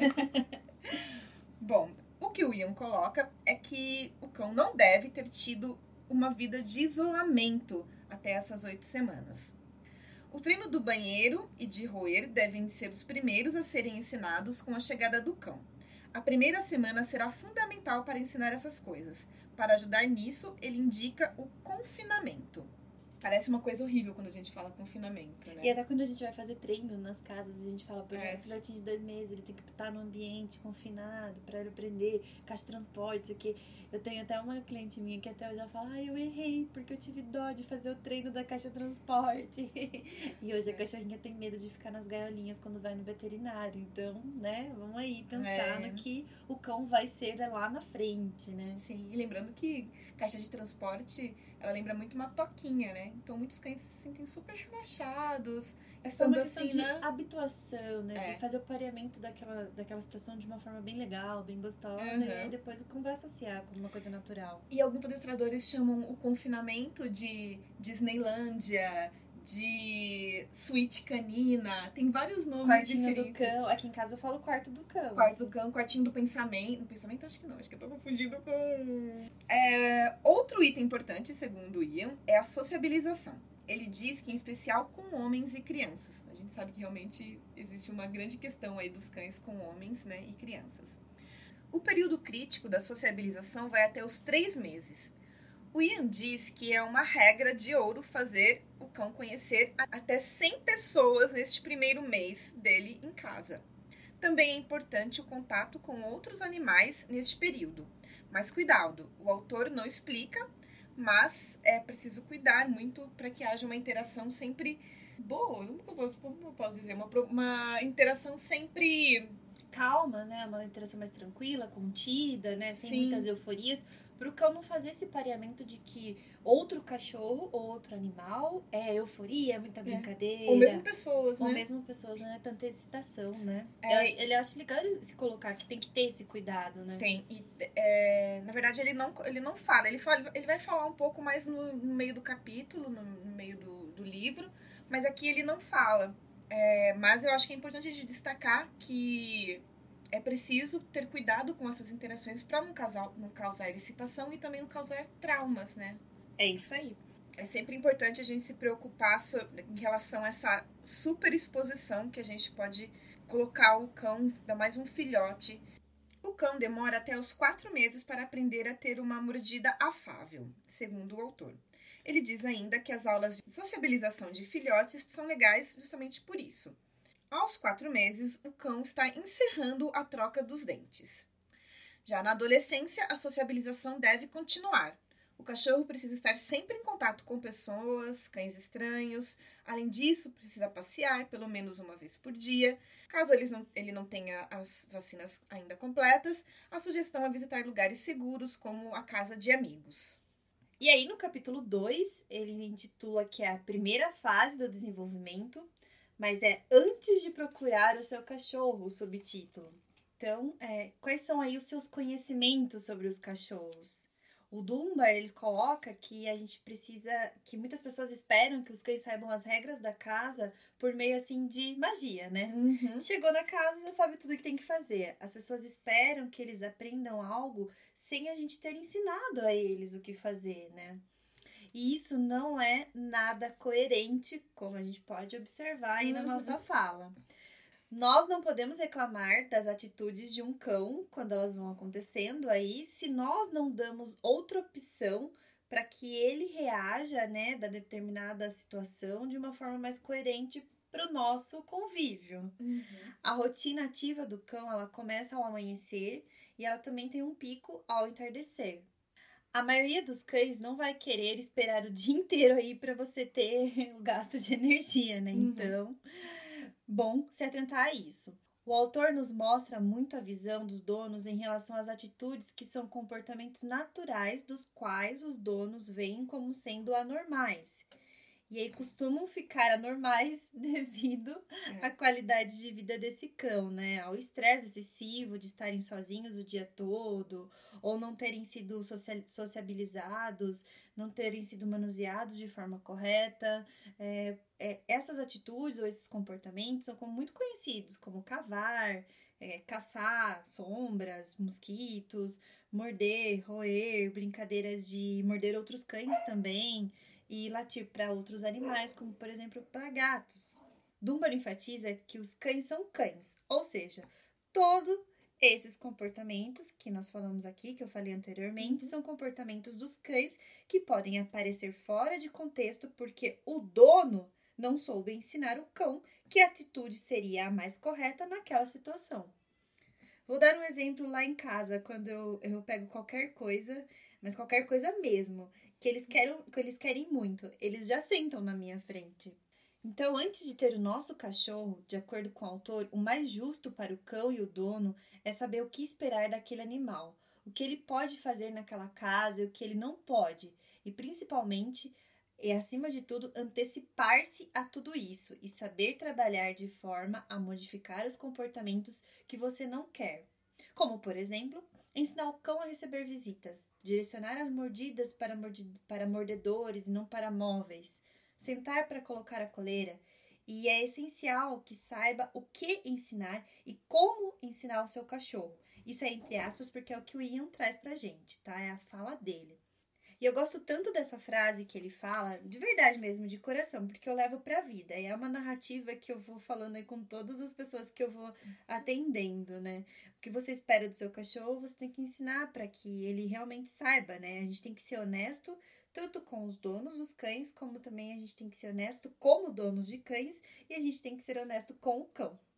Bom... O que o Ian coloca é que o cão não deve ter tido uma vida de isolamento até essas 8 semanas. O treino do banheiro e de roer devem ser os primeiros a serem ensinados com a chegada do cão. A primeira semana será fundamental para ensinar essas coisas. Para ajudar nisso, ele indica o confinamento. Parece uma coisa horrível quando a gente fala confinamento, né? E até quando a gente vai fazer treino nas casas, a gente fala, por exemplo, filhotinho de 2 meses, ele tem que estar no ambiente confinado para ele aprender, caixa de transporte, isso aqui. Eu tenho até uma cliente minha que até hoje ela fala, eu errei, porque eu tive dó de fazer o treino da caixa de transporte. E hoje a cachorrinha tem medo de ficar nas gaiolinhas quando vai no veterinário. Então, né, vamos aí pensar no que o cão vai ser lá na frente, né? Sim, e lembrando que caixa de transporte, ela lembra muito uma toquinha, né? Então, muitos cães se sentem super relaxados. É uma questão de habituação, né? De fazer o pareamento daquela situação de uma forma bem legal, bem gostosa. E aí depois o cão vai associar como uma coisa natural. E alguns adestradores chamam o confinamento de Disneylândia, de suíte canina. Tem vários nomes quartinho diferentes. Do cão. Aqui em casa eu falo quarto do cão. Quarto do cão, quartinho do pensamento. No pensamento acho que não, acho que eu tô confundindo com... Outro item importante, segundo o Ian, é a sociabilização. Ele diz que, em especial, com homens e crianças. A gente sabe que realmente existe uma grande questão aí dos cães com homens, né, e crianças. O período crítico da sociabilização vai até os 3 meses. O Ian diz que é uma regra de ouro fazer o cão conhecer até 100 pessoas neste primeiro mês dele em casa. Também é importante o contato com outros animais neste período. Mas cuidado, o autor não explica, mas é preciso cuidar muito para que haja uma interação sempre boa, como eu posso dizer, uma interação sempre calma, né? Uma interação mais tranquila, contida, né? Sem Sim. muitas euforias, para o cão não fazer esse pareamento de que outro cachorro ou outro animal é euforia, é muita brincadeira. Ou mesmo pessoas, Ou né? mesmo pessoas, né? Tanta excitação, né? É. Ele acha legal ele se colocar que tem que ter esse cuidado, né? Tem. E, na verdade, ele não fala. Ele vai falar um pouco mais no meio do capítulo, no meio do livro, mas aqui ele não fala. Mas eu acho que é importante de destacar que é preciso ter cuidado com essas interações para não causar excitação e também não causar traumas, né? É isso aí. É sempre importante a gente se preocupar em relação a essa superexposição que a gente pode colocar o cão, ainda mais um filhote. O cão demora até os 4 meses para aprender a ter uma mordida afável, segundo o autor. Ele diz ainda que as aulas de sociabilização de filhotes são legais justamente por isso. Aos 4 meses, o cão está encerrando a troca dos dentes. Já na adolescência, a sociabilização deve continuar. O cachorro precisa estar sempre em contato com pessoas, cães estranhos. Além disso, precisa passear pelo menos uma vez por dia. Caso ele não tenha as vacinas ainda completas, a sugestão é visitar lugares seguros, como a casa de amigos. E aí, no capítulo 2, ele intitula que é a primeira fase do desenvolvimento, mas é antes de procurar o seu cachorro, o subtítulo. Então, quais são aí os seus conhecimentos sobre os cachorros? O Dunbar, ele coloca que a gente precisa, que muitas pessoas esperam que os cães saibam as regras da casa por meio, assim, de magia, né? Uhum. Chegou na casa, já sabe tudo o que tem que fazer. As pessoas esperam que eles aprendam algo sem a gente ter ensinado a eles o que fazer, né? E isso não é nada coerente, como a gente pode observar aí na nossa fala. Nós não podemos reclamar das atitudes de um cão quando elas vão acontecendo aí, se nós não damos outra opção para que ele reaja, né, da determinada situação de uma forma mais coerente para o nosso convívio. Uhum. A rotina ativa do cão, ela começa ao amanhecer e ela também tem um pico ao entardecer. A maioria dos cães não vai querer esperar o dia inteiro aí para você ter o gasto de energia, né? Então, bom se atentar a isso. O autor nos mostra muito a visão dos donos em relação às atitudes que são comportamentos naturais dos quais os donos veem como sendo anormais. E aí costumam ficar anormais devido à qualidade de vida desse cão, né? Ao estresse excessivo de estarem sozinhos o dia todo, ou não terem sido sociabilizados, não terem sido manuseados de forma correta. Essas atitudes ou esses comportamentos são muito conhecidos, como cavar, caçar sombras, mosquitos, morder, roer, brincadeiras de morder outros cães também, e latir para outros animais, como por exemplo para gatos. Dunbar enfatiza que os cães são cães, ou seja, todos esses comportamentos que nós falamos aqui, que eu falei anteriormente, são comportamentos dos cães que podem aparecer fora de contexto porque o dono não soube ensinar o cão que atitude seria a mais correta naquela situação. Vou dar um exemplo lá em casa, quando eu pego qualquer coisa, mas qualquer coisa mesmo, que eles querem muito, eles já sentam na minha frente. Então, antes de ter o nosso cachorro, de acordo com o autor, o mais justo para o cão e o dono é saber o que esperar daquele animal, o que ele pode fazer naquela casa e o que ele não pode, e principalmente, e acima de tudo, antecipar-se a tudo isso e saber trabalhar de forma a modificar os comportamentos que você não quer. Como, por exemplo, ensinar o cão a receber visitas, direcionar as mordidas para mordedores e não para móveis, sentar para colocar a coleira, e é essencial que saiba o que ensinar e como ensinar o seu cachorro. Isso é entre aspas porque é o que o Ian traz pra gente, tá? É a fala dele. E eu gosto tanto dessa frase que ele fala, de verdade mesmo, de coração, porque eu levo pra vida. E é uma narrativa que eu vou falando aí com todas as pessoas que eu vou atendendo, né? O que você espera do seu cachorro, você tem que ensinar para que ele realmente saiba, né? A gente tem que ser honesto tanto com os donos dos cães, como também a gente tem que ser honesto como donos de cães, e a gente tem que ser honesto com o cão.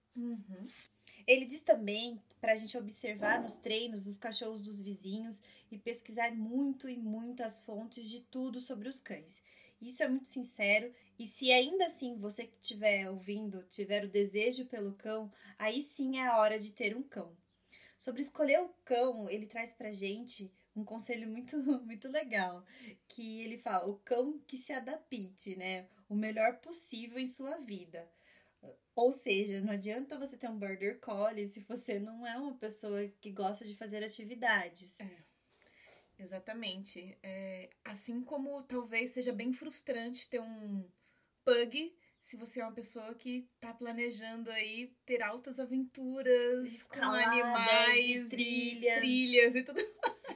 Uhum. Ele diz também para a gente observar nos treinos os cachorros dos vizinhos e pesquisar muito e muitas fontes de tudo sobre os cães. Isso é muito sincero, e se ainda assim você que estiver ouvindo tiver o desejo pelo cão, aí sim é a hora de ter um cão. Sobre escolher o cão, ele traz pra gente um conselho muito, muito legal, que ele fala, o cão que se adapte, né? O melhor possível em sua vida. Ou seja, não adianta você ter um Border Collie se você não é uma pessoa que gosta de fazer atividades. Exatamente. Assim como talvez seja bem frustrante ter um pug, se você é uma pessoa que tá planejando aí ter altas aventuras Escaladas com animais e trilhas. trilhas e tudo.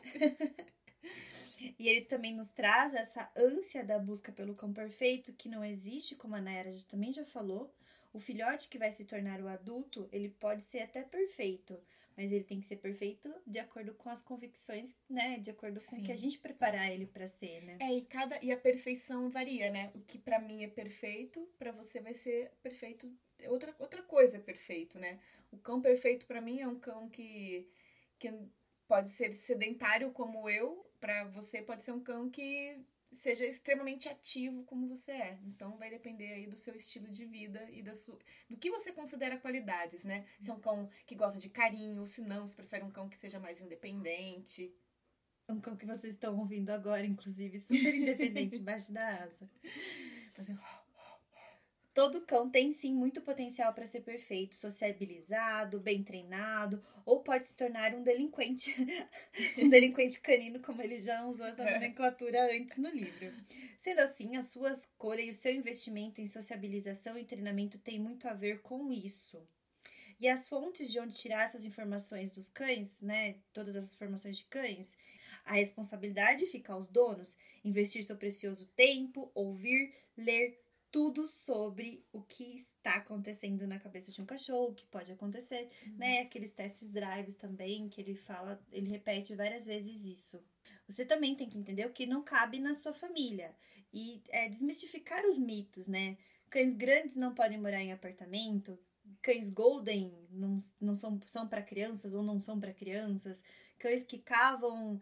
E ele também nos traz essa ânsia da busca pelo cão perfeito, que não existe, como a Nayara também já falou. O filhote que vai se tornar o adulto, ele pode ser até perfeito, mas ele tem que ser perfeito de acordo com as convicções, né? De acordo com o que a gente preparar ele para ser, né? E a perfeição varia, né? O que pra mim é perfeito, pra você vai ser perfeito. Outra coisa é perfeito, né? O cão perfeito pra mim é um cão que pode ser sedentário como eu, pra você pode ser um cão que seja extremamente ativo como você é. Então vai depender aí do seu estilo de vida e do que você considera qualidades, né? Se é um cão que gosta de carinho, ou se não, se prefere um cão que seja mais independente. Um cão que vocês estão ouvindo agora, inclusive, super independente embaixo da asa. Assim, Todo cão tem sim muito potencial para ser perfeito, sociabilizado, bem treinado, ou pode se tornar um delinquente, um delinquente canino, como ele já usou essa nomenclatura antes no livro. Sendo assim, a sua escolha e o seu investimento em sociabilização e treinamento tem muito a ver com isso. E as fontes de onde tirar essas informações dos cães, né? Todas essas informações de cães, a responsabilidade fica aos donos, investir seu precioso tempo, ouvir, ler tudo sobre o que está acontecendo na cabeça de um cachorro, o que pode acontecer, né? Aqueles testes drives também, que ele fala, ele repete várias vezes isso. Você também tem que entender o que não cabe na sua família e desmistificar os mitos, né? Cães grandes não podem morar em apartamento, cães golden não são para crianças ou não são para crianças, cães que cavam,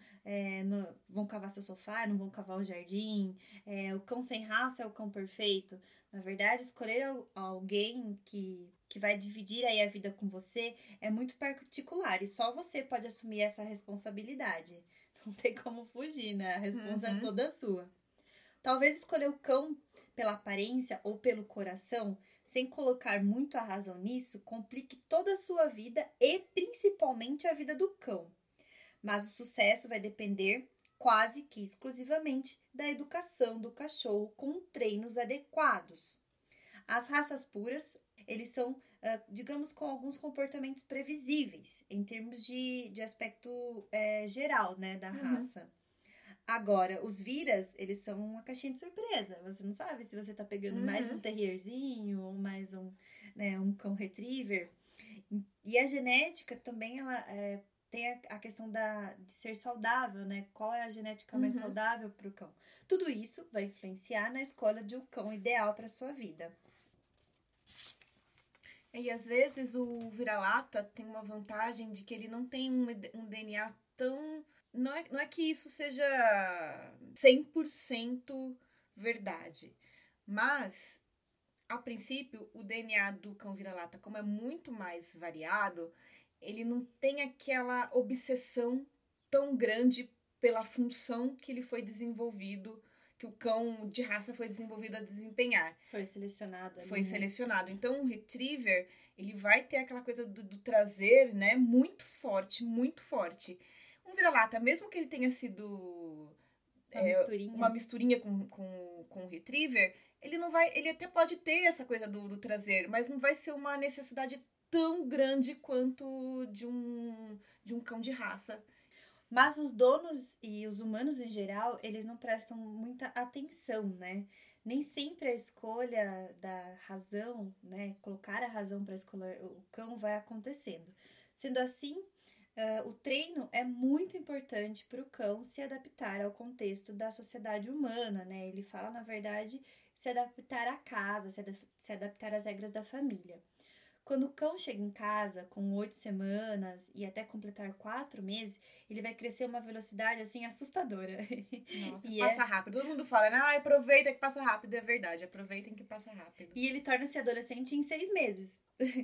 vão cavar seu sofá, não vão cavar o jardim, o cão sem raça é o cão perfeito. Na verdade, escolher alguém que vai dividir aí a vida com você é muito particular e só você pode assumir essa responsabilidade. Não tem como fugir, né? A responsa é toda sua. Talvez escolher o cão pela aparência ou pelo coração, sem colocar muito a razão nisso, complique toda a sua vida e principalmente a vida do cão. Mas o sucesso vai depender quase que exclusivamente da educação do cachorro com treinos adequados. As raças puras, eles são, digamos, com alguns comportamentos previsíveis, em termos de aspecto geral, né, da raça. Agora, os viras, eles são uma caixinha de surpresa. Você não sabe se você tá pegando mais um terrierzinho ou mais um cão retriever. E a genética também, ela tem a questão de ser saudável, né? Qual é a genética mais saudável para o cão? Tudo isso vai influenciar na escolha de um cão ideal para sua vida. E às vezes o vira-lata tem uma vantagem de que ele não tem um DNA tão... Não é que isso seja 100% verdade, mas, a princípio, o DNA do cão vira-lata, como é muito mais variado, ele não tem aquela obsessão tão grande pela função que ele foi desenvolvido, que o cão de raça foi desenvolvido a desempenhar. Foi selecionado. Foi selecionado. Então, o retriever, ele vai ter aquela coisa do trazer, né, muito forte, muito forte. Um vira-lata, mesmo que ele tenha sido uma misturinha com o retriever, ele até pode ter essa coisa do trazer, mas não vai ser uma necessidade tão grande quanto de um cão de raça. Mas os donos e os humanos em geral, eles não prestam muita atenção, né? Nem sempre a escolha da razão, né? Colocar a razão para escolher o cão vai acontecendo. Sendo assim, o treino é muito importante para o cão se adaptar ao contexto da sociedade humana, né? Ele fala, na verdade, se adaptar à casa, se adaptar às regras da família. Quando o cão chega em casa com 8 semanas e até completar 4 meses, ele vai crescer uma velocidade, assim, assustadora. Nossa, E passa rápido. Todo mundo fala, aproveita que passa rápido. É verdade, aproveitem que passa rápido. E ele torna-se adolescente em 6 meses.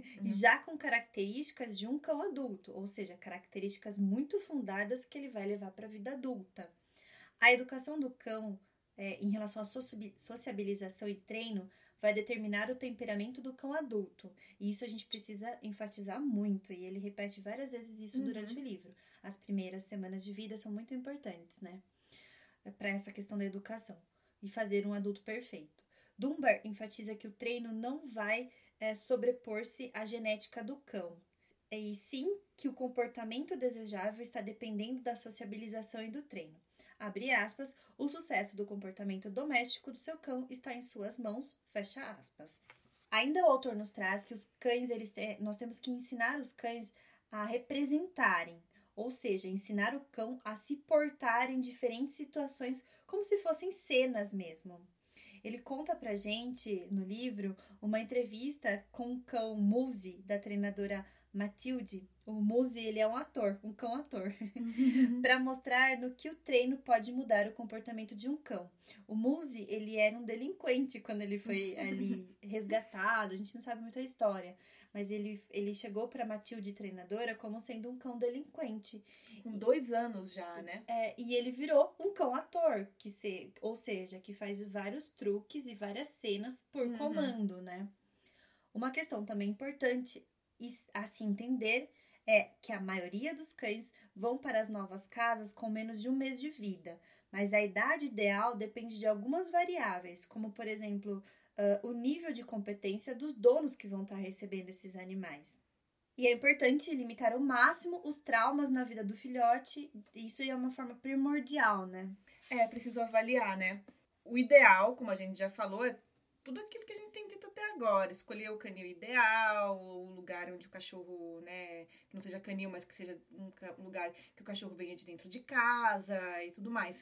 Já com características de um cão adulto, ou seja, características muito fundadas que ele vai levar para a vida adulta. A educação do cão em relação à sociabilização e treino vai determinar o temperamento do cão adulto. E isso a gente precisa enfatizar muito. E ele repete várias vezes isso durante o livro. As primeiras semanas de vida são muito importantes, né? Para essa questão da educação. E fazer um adulto perfeito. Dunbar enfatiza que o treino não vai sobrepor-se à genética do cão. E sim que o comportamento desejável está dependendo da sociabilização e do treino. Abre aspas, o sucesso do comportamento doméstico do seu cão está em suas mãos, fecha aspas. Ainda o autor nos traz que os cães, nós temos que ensinar os cães a representarem, ou seja, ensinar o cão a se portar em diferentes situações como se fossem cenas mesmo. Ele conta pra gente, no livro, uma entrevista com o cão Muzi, da treinadora Matilde. O Muzi, ele é um ator, um cão-ator, para mostrar no que o treino pode mudar o comportamento de um cão. O Muzi, ele era um delinquente quando ele foi ali resgatado, a gente não sabe muita história, mas ele chegou para Matilde, treinadora, como sendo um cão delinquente. Com 2 anos já, né? E ele virou um cão-ator, ou seja, que faz vários truques e várias cenas por comando, né? Uma questão também importante a se entender é que a maioria dos cães vão para as novas casas com menos de 1 mês de vida, mas a idade ideal depende de algumas variáveis, como, por exemplo, o nível de competência dos donos que vão estar recebendo esses animais. E é importante limitar ao máximo os traumas na vida do filhote, isso é uma forma primordial, né? Preciso avaliar, né? O ideal, como a gente já falou, é tudo aquilo que a gente tem dito até agora. Escolher o canil ideal, o lugar onde o cachorro, né, que não seja canil, mas que seja um lugar que o cachorro venha de dentro de casa e tudo mais.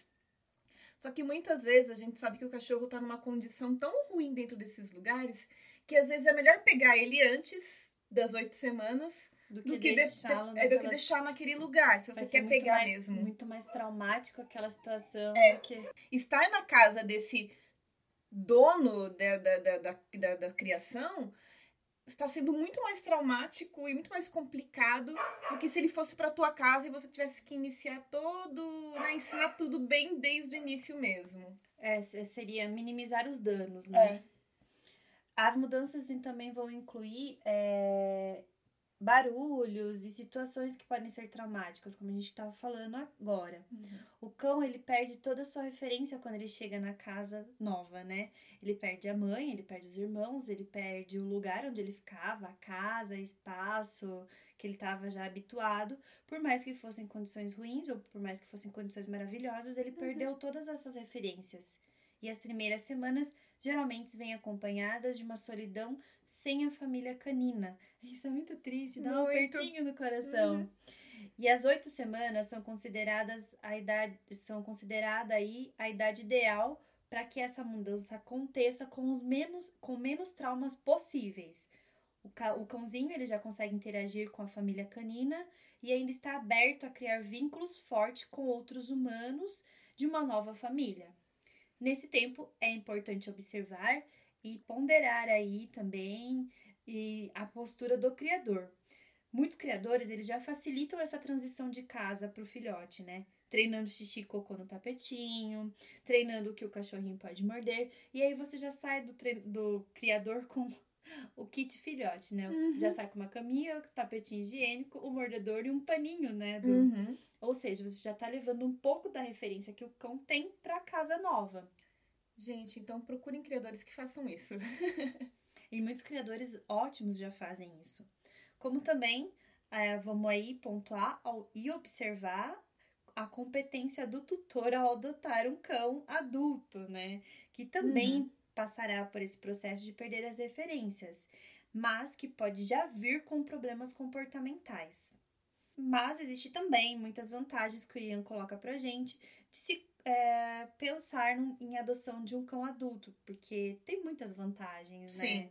Só que muitas vezes a gente sabe que o cachorro tá numa condição tão ruim dentro desses lugares que às vezes é melhor pegar ele antes das 8 semanas do que deixar naquele lugar, se você quer pegar mesmo. Muito mais traumático aquela situação. Estar na casa desse dono da criação está sendo muito mais traumático e muito mais complicado do que se ele fosse para tua casa e você tivesse que iniciar ensinar tudo bem desde o início mesmo. Seria minimizar os danos, né? As mudanças também vão incluir barulhos e situações que podem ser traumáticas, como a gente estava falando agora. O cão, ele perde toda a sua referência quando ele chega na casa nova, né? Ele perde a mãe, ele perde os irmãos, ele perde o lugar onde ele ficava, a casa, espaço que ele estava já habituado. Por mais que fossem condições ruins ou por mais que fossem condições maravilhosas, ele perdeu todas essas referências. E as primeiras semanas geralmente vêm acompanhadas de uma solidão sem a família canina. Isso é muito triste, dá um apertinho no coração. E as 8 semanas são consideradas a idade ideal para que essa mudança aconteça com menos traumas possíveis. O cãozinho ele já consegue interagir com a família canina e ainda está aberto a criar vínculos fortes com outros humanos de uma nova família. Nesse tempo, é importante observar e ponderar aí também a postura do criador. Muitos criadores eles já facilitam essa transição de casa para o filhote, né? Treinando xixi e cocô no tapetinho, treinando o que o cachorrinho pode morder. E aí você já sai do criador com o kit filhote, né? Já sai com uma caminha, tapetinho higiênico, o mordedor e um paninho, né? Ou seja, você já tá levando um pouco da referência que o cão tem pra casa nova. Gente, então procurem criadores que façam isso. E muitos criadores ótimos já fazem isso. Como também, vamos aí pontuar e observar a competência do tutor ao adotar um cão adulto, né? Que também passará por esse processo de perder as referências, mas que pode já vir com problemas comportamentais. Mas existe também muitas vantagens que o Ian coloca pra gente de se pensar em adoção de um cão adulto, porque tem muitas vantagens, Sim. né?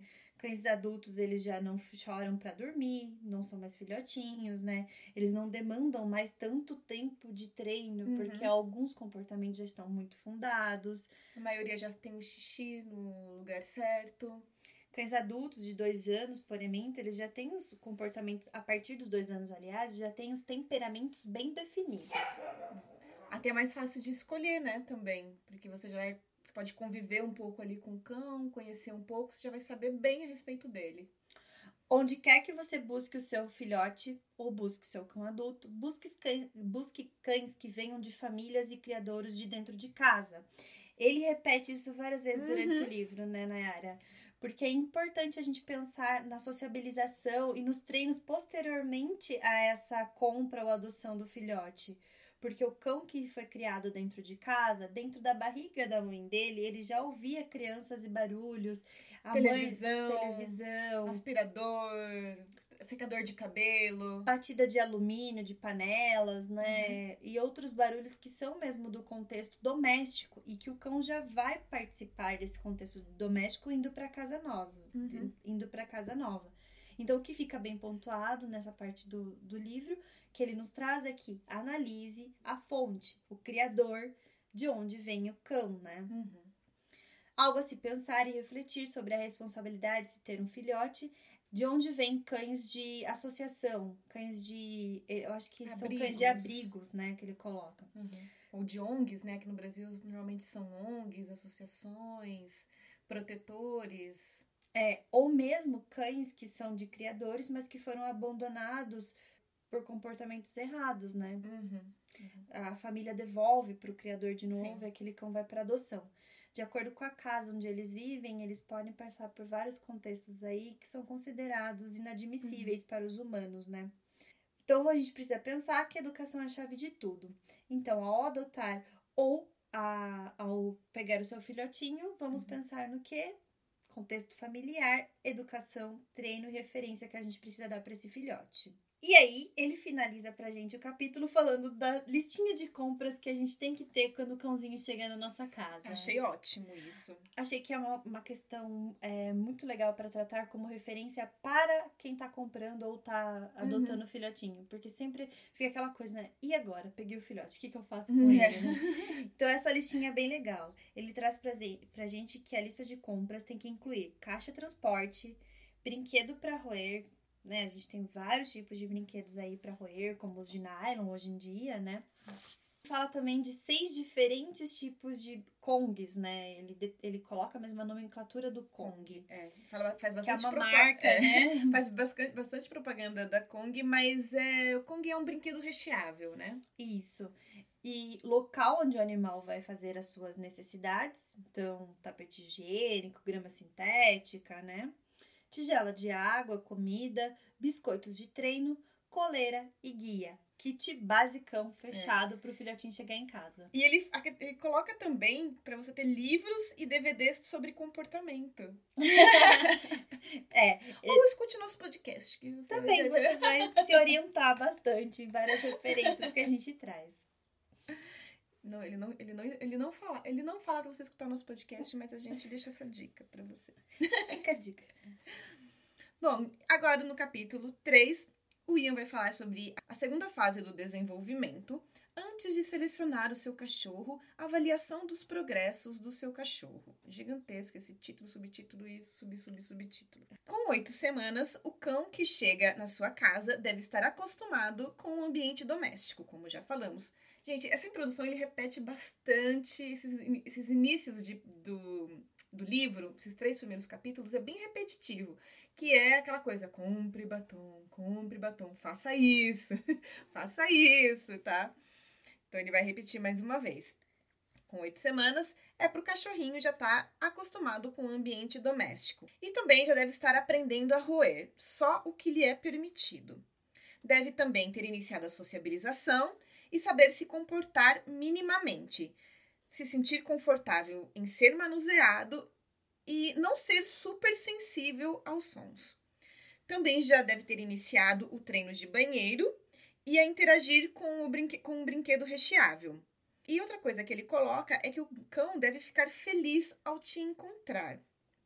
Cães adultos, eles já não choram para dormir, não são mais filhotinhos, né? Eles não demandam mais tanto tempo de treino, porque alguns comportamentos já estão muito fundados. A maioria já tem o xixi no lugar certo. Cães adultos de 2 anos, por exemplo, eles já têm os comportamentos, a partir dos 2 anos, aliás, já têm os temperamentos bem definidos. Até é mais fácil de escolher, né, também. Porque você pode conviver um pouco ali com o cão, conhecer um pouco, você já vai saber bem a respeito dele. Onde quer que você busque o seu filhote ou busque o seu cão adulto, busque cães que venham de famílias e criadouros de dentro de casa. Ele repete isso várias vezes durante o livro, né, Nayara? Porque é importante a gente pensar na sociabilização e nos treinos posteriormente a essa compra ou adoção do filhote. Porque o cão que foi criado dentro de casa, dentro da barriga da mãe dele, ele já ouvia crianças e barulhos. Televisão, aspirador, secador de cabelo, batida de alumínio, de panelas, né? E outros barulhos que são mesmo do contexto doméstico e que o cão já vai participar desse contexto doméstico indo para casa nova. Então, o que fica bem pontuado nessa parte do livro, que ele nos traz é que analise a fonte, o criador, de onde vem o cão, né? Algo a se pensar e refletir sobre a responsabilidade de se ter um filhote, de onde vem cães de associação, eu acho que são cães de abrigos, né, que ele coloca. Ou de ONGs, né, que no Brasil normalmente são ONGs, associações, protetores. Ou mesmo cães que são de criadores, mas que foram abandonados por comportamentos errados, né? A família devolve para o criador de novo e aquele cão vai para adoção. De acordo com a casa onde eles vivem, eles podem passar por vários contextos aí que são considerados inadmissíveis para os humanos, né? Então, a gente precisa pensar que a educação é a chave de tudo. Então, ao adotar ou ao pegar o seu filhotinho, vamos pensar no quê? Contexto familiar, educação, treino e referência que a gente precisa dar para esse filhote. E aí, ele finaliza pra gente o capítulo falando da listinha de compras que a gente tem que ter quando o cãozinho chega na nossa casa. Achei ótimo isso. Achei que é uma questão muito legal para tratar como referência para quem tá comprando ou tá adotando o filhotinho. Porque sempre fica aquela coisa, né? E agora? Peguei o filhote, o que eu faço com ele? Então, essa listinha é bem legal. Ele traz pra gente que a lista de compras tem que incluir caixa transporte, brinquedo para roer, né? A gente tem vários tipos de brinquedos aí para roer, como os de nylon hoje em dia, né? Fala também de 6 diferentes tipos de Kongs, né? Ele coloca a mesma nomenclatura do Kong. Faz bastante que é uma marca, né? Faz bastante propaganda da Kong, mas o Kong é um brinquedo recheável, né? Isso. E local onde o animal vai fazer as suas necessidades. Então, tapete higiênico, grama sintética, né? Tigela de água, comida, biscoitos de treino, coleira e guia. Kit basicão fechado para o filhotinho chegar em casa. E ele coloca também para você ter livros e DVDs sobre comportamento. Ou escute nosso podcast. Que você vai se orientar bastante em várias referências que a gente traz. Não, ele não fala pra você escutar nosso podcast, mas a gente deixa essa dica pra você. Fica a dica. Bom, agora no capítulo 3, o Ian vai falar sobre a segunda fase do desenvolvimento, antes de selecionar o seu cachorro, avaliação dos progressos do seu cachorro. Gigantesco esse título, subtítulo e subtítulo. Com 8 semanas, o cão que chega na sua casa deve estar acostumado com o ambiente doméstico, como já falamos. Gente, essa introdução ele repete bastante esses inícios do livro, esses 3 primeiros capítulos, é bem repetitivo, que é aquela coisa, compre batom, faça isso, tá? Então ele vai repetir mais uma vez. Com 8 semanas, é para o cachorrinho já estar acostumado com o ambiente doméstico. E também já deve estar aprendendo a roer, só o que lhe é permitido. Deve também ter iniciado a sociabilização e saber se comportar minimamente, se sentir confortável em ser manuseado e não ser super sensível aos sons. Também já deve ter iniciado o treino de banheiro e a interagir com um brinquedo recheável. E outra coisa que ele coloca é que o cão deve ficar feliz ao te encontrar.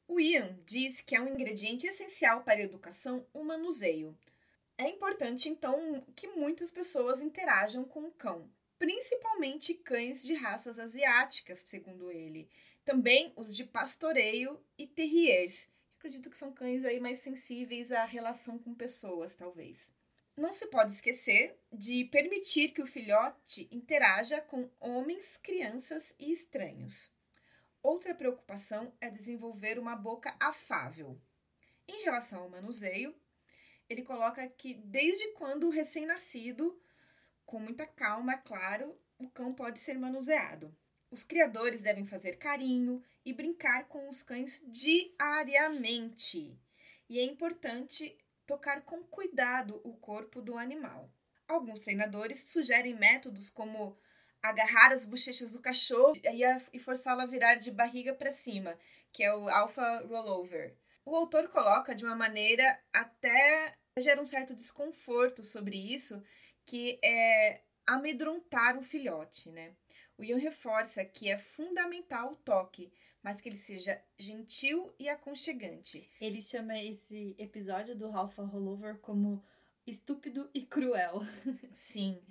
O Ian diz que é um ingrediente essencial para a educação o manuseio. É importante, então, que muitas pessoas interajam com o cão, principalmente cães de raças asiáticas, segundo ele. Também os de pastoreio e terriers. Acredito que são cães aí mais sensíveis à relação com pessoas, talvez. Não se pode esquecer de permitir que o filhote interaja com homens, crianças e estranhos. Outra preocupação é desenvolver uma boca afável. Em relação ao manuseio, ele coloca que desde quando o recém-nascido, com muita calma, é claro, o cão pode ser manuseado. Os criadores devem fazer carinho e brincar com os cães diariamente. E é importante tocar com cuidado o corpo do animal. Alguns treinadores sugerem métodos como agarrar as bochechas do cachorro e forçá-lo a virar de barriga para cima, que é o alpha rollover. O autor coloca de uma maneira até gera um certo desconforto sobre isso, que é amedrontar um filhote, né? O Ian reforça que é fundamental o toque, mas que ele seja gentil e aconchegante. Ele chama esse episódio do Alpha Rollover como estúpido e cruel. Sim.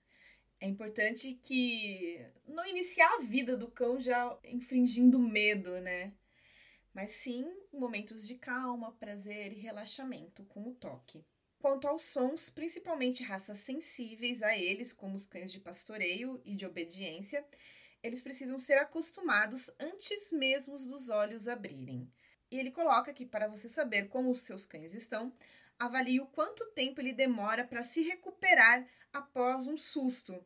É importante que não iniciar a vida do cão já infringindo medo, né? Mas sim momentos de calma, prazer e relaxamento com o toque. Quanto aos sons, principalmente raças sensíveis a eles, como os cães de pastoreio e de obediência, eles precisam ser acostumados antes mesmo dos olhos abrirem. E ele coloca que para você saber como os seus cães estão, avalie o quanto tempo ele demora para se recuperar após um susto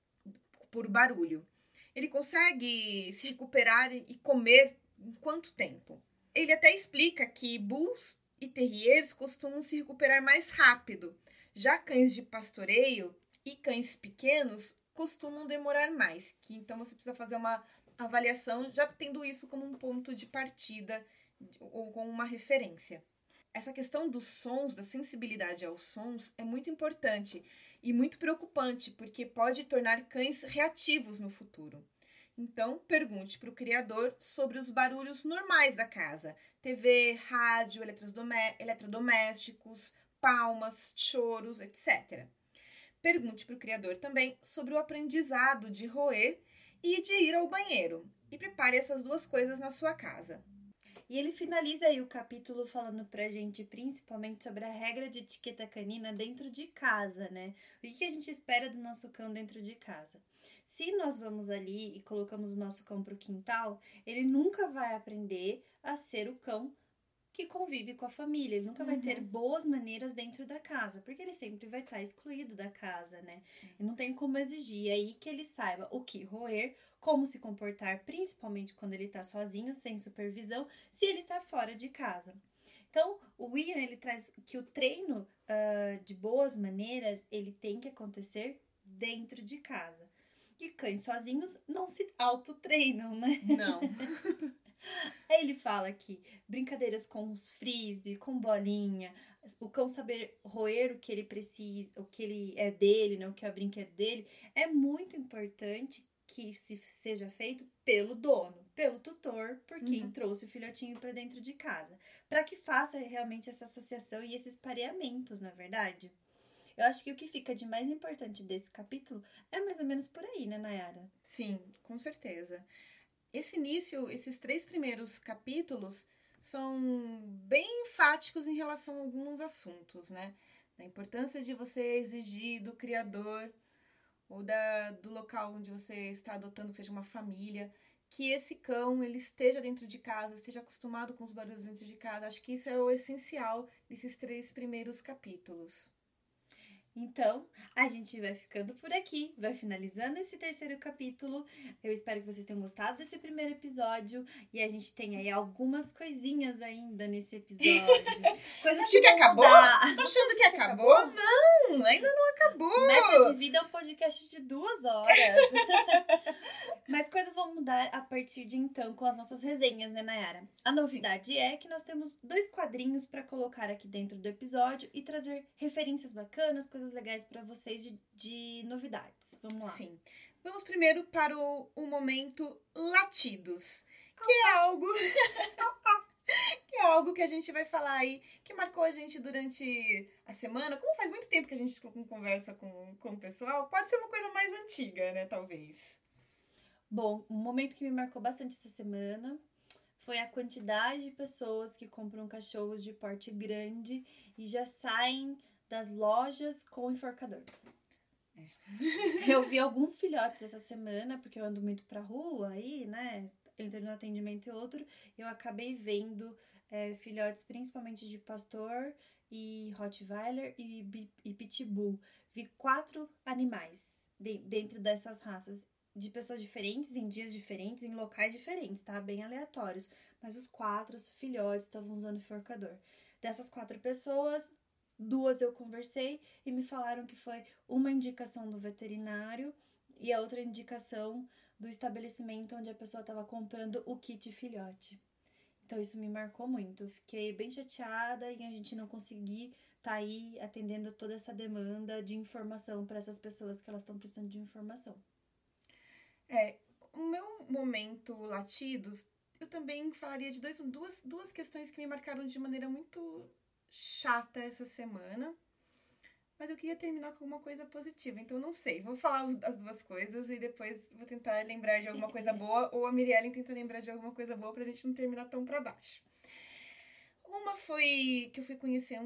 por barulho. Ele consegue se recuperar e comer em quanto tempo? Ele até explica que bulls e terriers costumam se recuperar mais rápido. Já cães de pastoreio e cães pequenos costumam demorar mais. Então você precisa fazer uma avaliação já tendo isso como um ponto de partida ou como uma referência. Essa questão dos sons, da sensibilidade aos sons, é muito importante e muito preocupante, porque pode tornar cães reativos no futuro. Então, pergunte para o criador sobre os barulhos normais da casa. TV, rádio, eletrodomésticos, palmas, choros, etc. Pergunte para o criador também sobre o aprendizado de roer e de ir ao banheiro. E prepare essas duas coisas na sua casa. E ele finaliza aí o capítulo falando pra gente principalmente sobre a regra de etiqueta canina dentro de casa, né? O que a gente espera do nosso cão dentro de casa? Se nós vamos ali e colocamos o nosso cão pro quintal, ele nunca vai aprender a ser o cão que convive com a família. Ele nunca vai ter boas maneiras dentro da casa, porque ele sempre vai estar excluído da casa, né? E não tem como exigir aí que ele saiba o que roer, como se comportar, principalmente quando ele está sozinho, sem supervisão, se ele está fora de casa. Então, o Ian, ele traz que o treino de boas maneiras, ele tem que acontecer dentro de casa. E cães sozinhos não se autotreinam, né? Não. Aí ele fala que brincadeiras com os frisbee, com bolinha, o cão saber roer o que ele precisa, o que ele é dele, né, o que é o brinquedo dele, é muito importante que seja feito pelo dono, pelo tutor, por quem trouxe o filhotinho para dentro de casa, para que faça realmente essa associação e esses pareamentos, na verdade. Eu acho que o que fica de mais importante desse capítulo é mais ou menos por aí, né, Nayara? Sim, com certeza. Esse início, esses 3 primeiros capítulos são bem enfáticos em relação a alguns assuntos, né? Da importância de você exigir do criador ou do local onde você está adotando, que seja uma família, que esse cão ele esteja dentro de casa, esteja acostumado com os barulhos dentro de casa. Acho que isso é o essencial desses 3 primeiros capítulos. Então, a gente vai ficando por aqui, vai finalizando esse 3º capítulo. Eu espero que vocês tenham gostado desse primeiro episódio. E a gente tem aí algumas coisinhas ainda nesse episódio. Coisas que acabou? Mudar. Tá achando que acabou? Não, ainda não acabou. Meta de vida é um podcast de 2 horas. Mas coisas vão mudar a partir de então com as nossas resenhas, né, Nayara? A novidade é que nós temos 2 quadrinhos para colocar aqui dentro do episódio e trazer referências bacanas, coisas legais para vocês de novidades. Vamos lá. Sim. Vamos primeiro para o momento latidos, que é algo Que é algo que a gente vai falar aí, que marcou a gente durante a semana. Como faz muito tempo que a gente conversa com o pessoal, pode ser uma coisa mais antiga, né, talvez. Bom, um momento que me marcou bastante essa semana foi a quantidade de pessoas que compram cachorros de porte grande e já saem das lojas com enforcador. Eu vi alguns filhotes essa semana, porque eu ando muito pra rua aí, né? Entre um atendimento e outro, eu acabei vendo filhotes principalmente de pastor e Rottweiler e Pitbull. Vi 4 animais dentro dessas raças, de pessoas diferentes, em dias diferentes, em locais diferentes, tá? Bem aleatórios. Mas os 4 filhotes estavam usando enforcador. Dessas 4 pessoas, 2 eu conversei e me falaram que foi uma indicação do veterinário e a outra indicação do estabelecimento onde a pessoa estava comprando o kit filhote. Então isso me marcou muito. Eu fiquei bem chateada e a gente não conseguir estar aí atendendo toda essa demanda de informação para essas pessoas que elas estão precisando de informação. O meu momento latidos, eu também falaria de duas questões que me marcaram de maneira muito chata essa semana. Mas eu queria terminar com uma coisa positiva, então não sei. Vou falar as duas coisas e depois vou tentar lembrar de alguma coisa boa, ou a Mirielle tenta lembrar de alguma coisa boa pra gente não terminar tão pra baixo. Uma foi que eu fui conhecer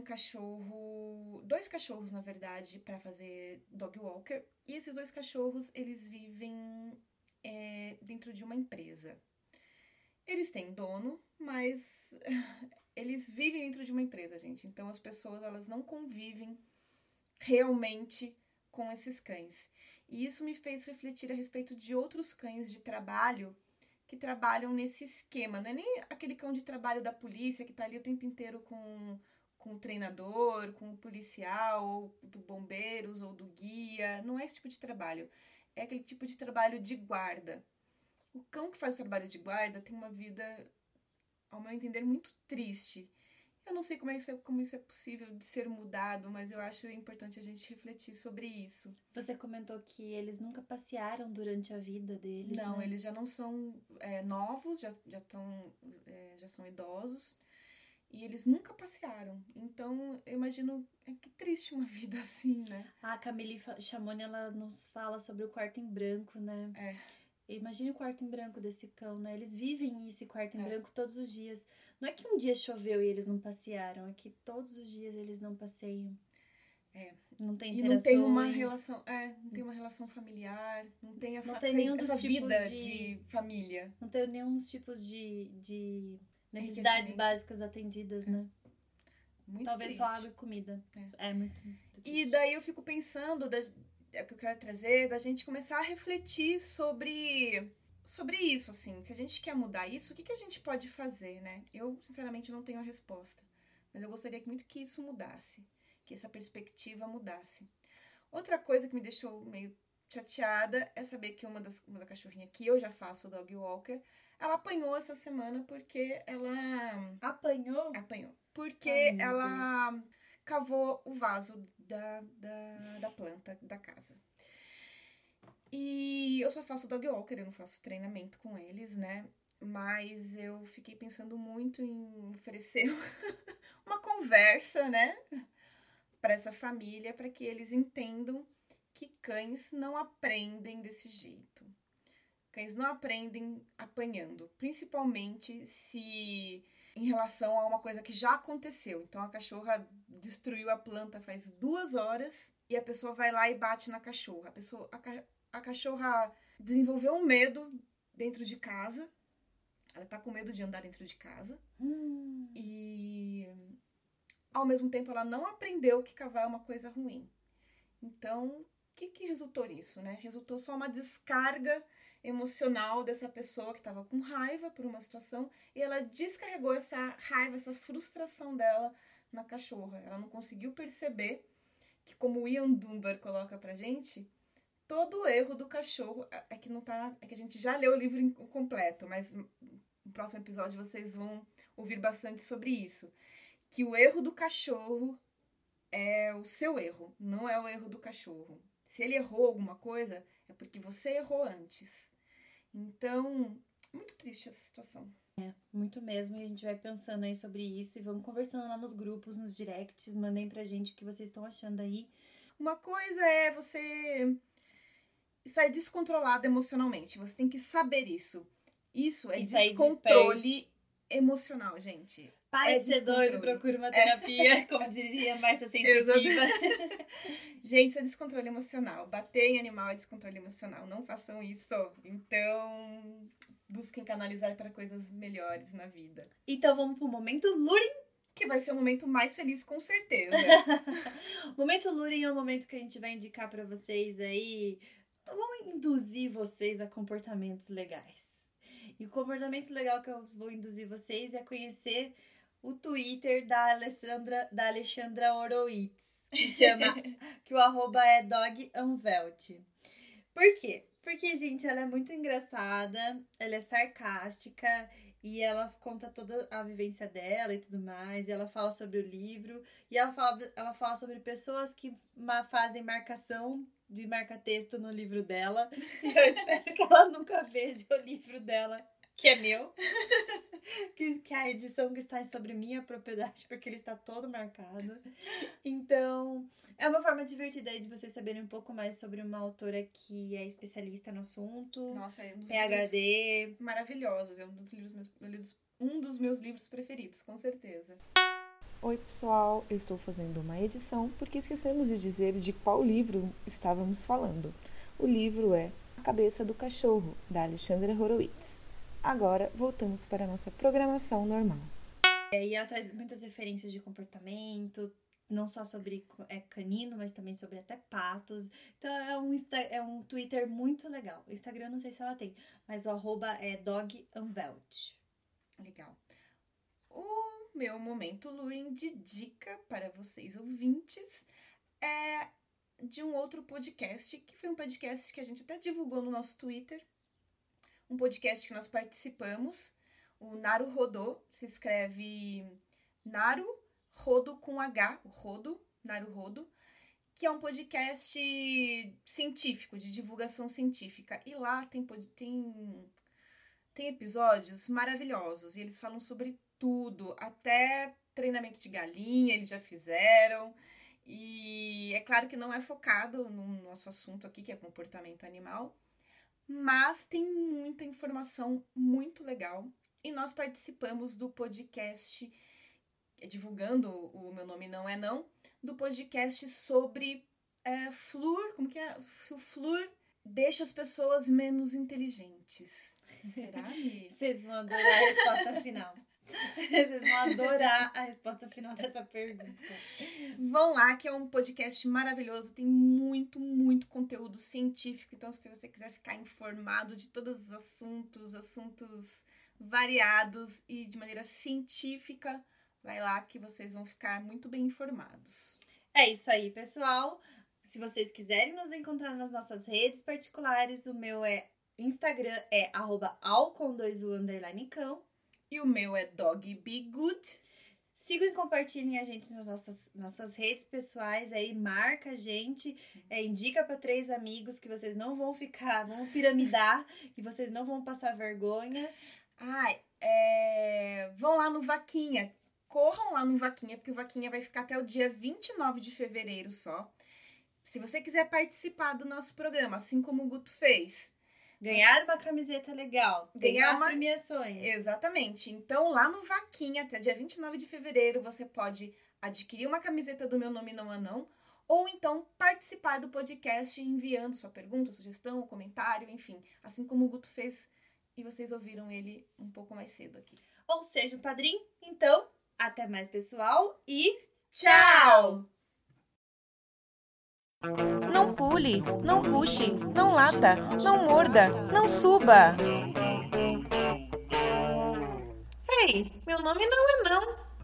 dois cachorros, na verdade, pra fazer dog walker. E esses 2 cachorros, eles vivem dentro de uma empresa. Eles têm dono, mas eles vivem dentro de uma empresa, gente. Então as pessoas, elas não convivem realmente com esses cães. E isso me fez refletir a respeito de outros cães de trabalho que trabalham nesse esquema. Não é nem aquele cão de trabalho da polícia que tá ali o tempo inteiro com o treinador, com o policial, ou do bombeiros, ou do guia. Não é esse tipo de trabalho. É aquele tipo de trabalho de guarda. O cão que faz o trabalho de guarda tem uma vida, ao meu entender, muito triste. Eu não sei como isso é possível de ser mudado, mas eu acho importante a gente refletir sobre isso. Você comentou que eles nunca passearam durante a vida deles, Não, né? eles já não são novos, já são idosos, e eles nunca passearam. Então, eu imagino que triste uma vida assim, né? A Camille Chamoni, ela nos fala sobre o quarto em branco, né? Imagine o quarto em branco desse cão, né? Eles vivem esse quarto em branco todos os dias. Não é que um dia choveu e eles não passearam, é que todos os dias eles não passeiam. Não tem interações. E não tem uma relação, não tem uma relação familiar, não tem essa vida de família. Não tem nenhum tipos de necessidades básicas atendidas, né? Muito Talvez triste. só água e comida. Muito triste. E daí eu fico pensando, o que eu quero trazer, da gente começar a refletir sobre isso, assim. Se a gente quer mudar isso, o que a gente pode fazer, né? Eu, sinceramente, não tenho a resposta. Mas eu gostaria muito que isso mudasse. Que essa perspectiva mudasse. Outra coisa que me deixou meio chateada é saber que uma da cachorrinha que eu já faço o dog walker, ela apanhou essa semana porque ela... Apanhou? Apanhou. Porque ela cavou o vaso da planta da casa. E eu só faço dog walker, eu não faço treinamento com eles, né? Mas eu fiquei pensando muito em oferecer uma conversa, né? Para essa família, para que eles entendam que cães não aprendem desse jeito. Cães não aprendem apanhando, principalmente se em relação a uma coisa que já aconteceu. Então, a cachorra destruiu a planta faz 2 horas e a pessoa vai lá e bate na cachorra. A cachorra desenvolveu um medo dentro de casa. Ela tá com medo de andar dentro de casa. E, ao mesmo tempo, ela não aprendeu que cavar é uma coisa ruim. Então, o que resultou nisso, né? Resultou só uma descarga emocional dessa pessoa que estava com raiva por uma situação e ela descarregou essa raiva, essa frustração dela na cachorra. Ela não conseguiu perceber que, como o Ian Dunbar coloca pra gente, todo o erro do cachorro é que a gente já leu o livro completo, mas no próximo episódio vocês vão ouvir bastante sobre isso. Que o erro do cachorro é o seu erro, não é o erro do cachorro. Se ele errou alguma coisa, é porque você errou antes. Então, muito triste essa situação. Muito mesmo, e a gente vai pensando aí sobre isso e vamos conversando lá nos grupos, nos directs, mandem pra gente o que vocês estão achando aí. Uma coisa é você sair descontrolado emocionalmente, você tem que saber isso. Isso é descontrole emocional, gente. Pare de ser doido, procure uma terapia, como diria Márcia Sensitiva. Gente, isso é descontrole emocional. Bater em animal é descontrole emocional. Não façam isso. Então, busquem canalizar para coisas melhores na vida. Então, vamos pro Momento Luring. Que vai ser o momento mais feliz, com certeza. O Momento Luring é o momento que a gente vai indicar para vocês aí. Vamos induzir vocês a comportamentos legais. E o comportamento legal que eu vou induzir vocês é conhecer o Twitter da Alexandra Horowitz, que o @ é dogunvelt. Por quê? Porque, gente, ela é muito engraçada, ela é sarcástica e ela conta toda a vivência dela e tudo mais, e ela fala sobre o livro, e ela fala sobre pessoas que fazem marcação de marca-texto no livro dela. E eu espero que ela nunca veja o livro dela, que é meu. Que a edição que está sobre minha propriedade, porque ele está todo marcado. Então, é uma forma divertida aí de vocês saberem um pouco mais sobre uma autora que é especialista no assunto. Nossa, é um dos PhD. Maravilhosos. É um dos meus livros preferidos, com certeza. Oi, pessoal. Eu estou fazendo uma edição porque esquecemos de dizer de qual livro estávamos falando. O livro é A Cabeça do Cachorro, da Alexandra Horowitz. Agora, voltamos para a nossa programação normal. E ela traz muitas referências de comportamento, não só sobre canino, mas também sobre até patos. Então, é um Twitter muito legal. O Instagram, não sei se ela tem, mas o @ é dogunvelt. Legal. O meu momento luring de dica para vocês ouvintes é de um outro podcast, que foi um podcast que a gente até divulgou no nosso Twitter. Um podcast que nós participamos, o Naru Rodô, se escreve Naru Rodô com H, o Rodô, Naru Rodô, que é um podcast científico, de divulgação científica. E lá tem episódios maravilhosos, e eles falam sobre tudo, até treinamento de galinha eles já fizeram. E é claro que não é focado no nosso assunto aqui, que é comportamento animal, mas tem muita informação muito legal. E nós participamos do podcast, divulgando o Meu Nome Não É Não, do podcast sobre flúor, como que é? O flúor deixa as pessoas menos inteligentes. Será, Mi? Vocês vão adorar a resposta final. Vocês vão adorar a resposta final dessa pergunta. Vão lá, que é um podcast maravilhoso, tem muito, muito conteúdo científico. Então, se você quiser ficar informado de todos os assuntos variados e de maneira científica, vai lá que vocês vão ficar muito bem informados. É isso aí, pessoal. Se vocês quiserem nos encontrar nas nossas redes particulares, o meu Instagram é @ao_cão. E o meu é dogbegood. Sigam e compartilhem a gente nas suas redes pessoais, aí marca a gente, indica para 3 amigos que vocês não vão vão piramidar e vocês não vão passar vergonha. Vão lá no Vaquinha, corram lá no Vaquinha, porque o Vaquinha vai ficar até o dia 29 de fevereiro só. Se você quiser participar do nosso programa, assim como o Guto fez, ganhar uma camiseta legal, ganhar as premiações. Exatamente. Então, lá no Vaquinha, até dia 29 de fevereiro, você pode adquirir uma camiseta do Meu Nome Não É Não, ou então participar do podcast enviando sua pergunta, sugestão, comentário, enfim. Assim como o Guto fez e vocês ouviram ele um pouco mais cedo aqui. Ou seja, um padrinho. Então, até mais, pessoal, e tchau! Não pule, não puxe, não lata, não morda, não suba. Ei, meu nome não é não.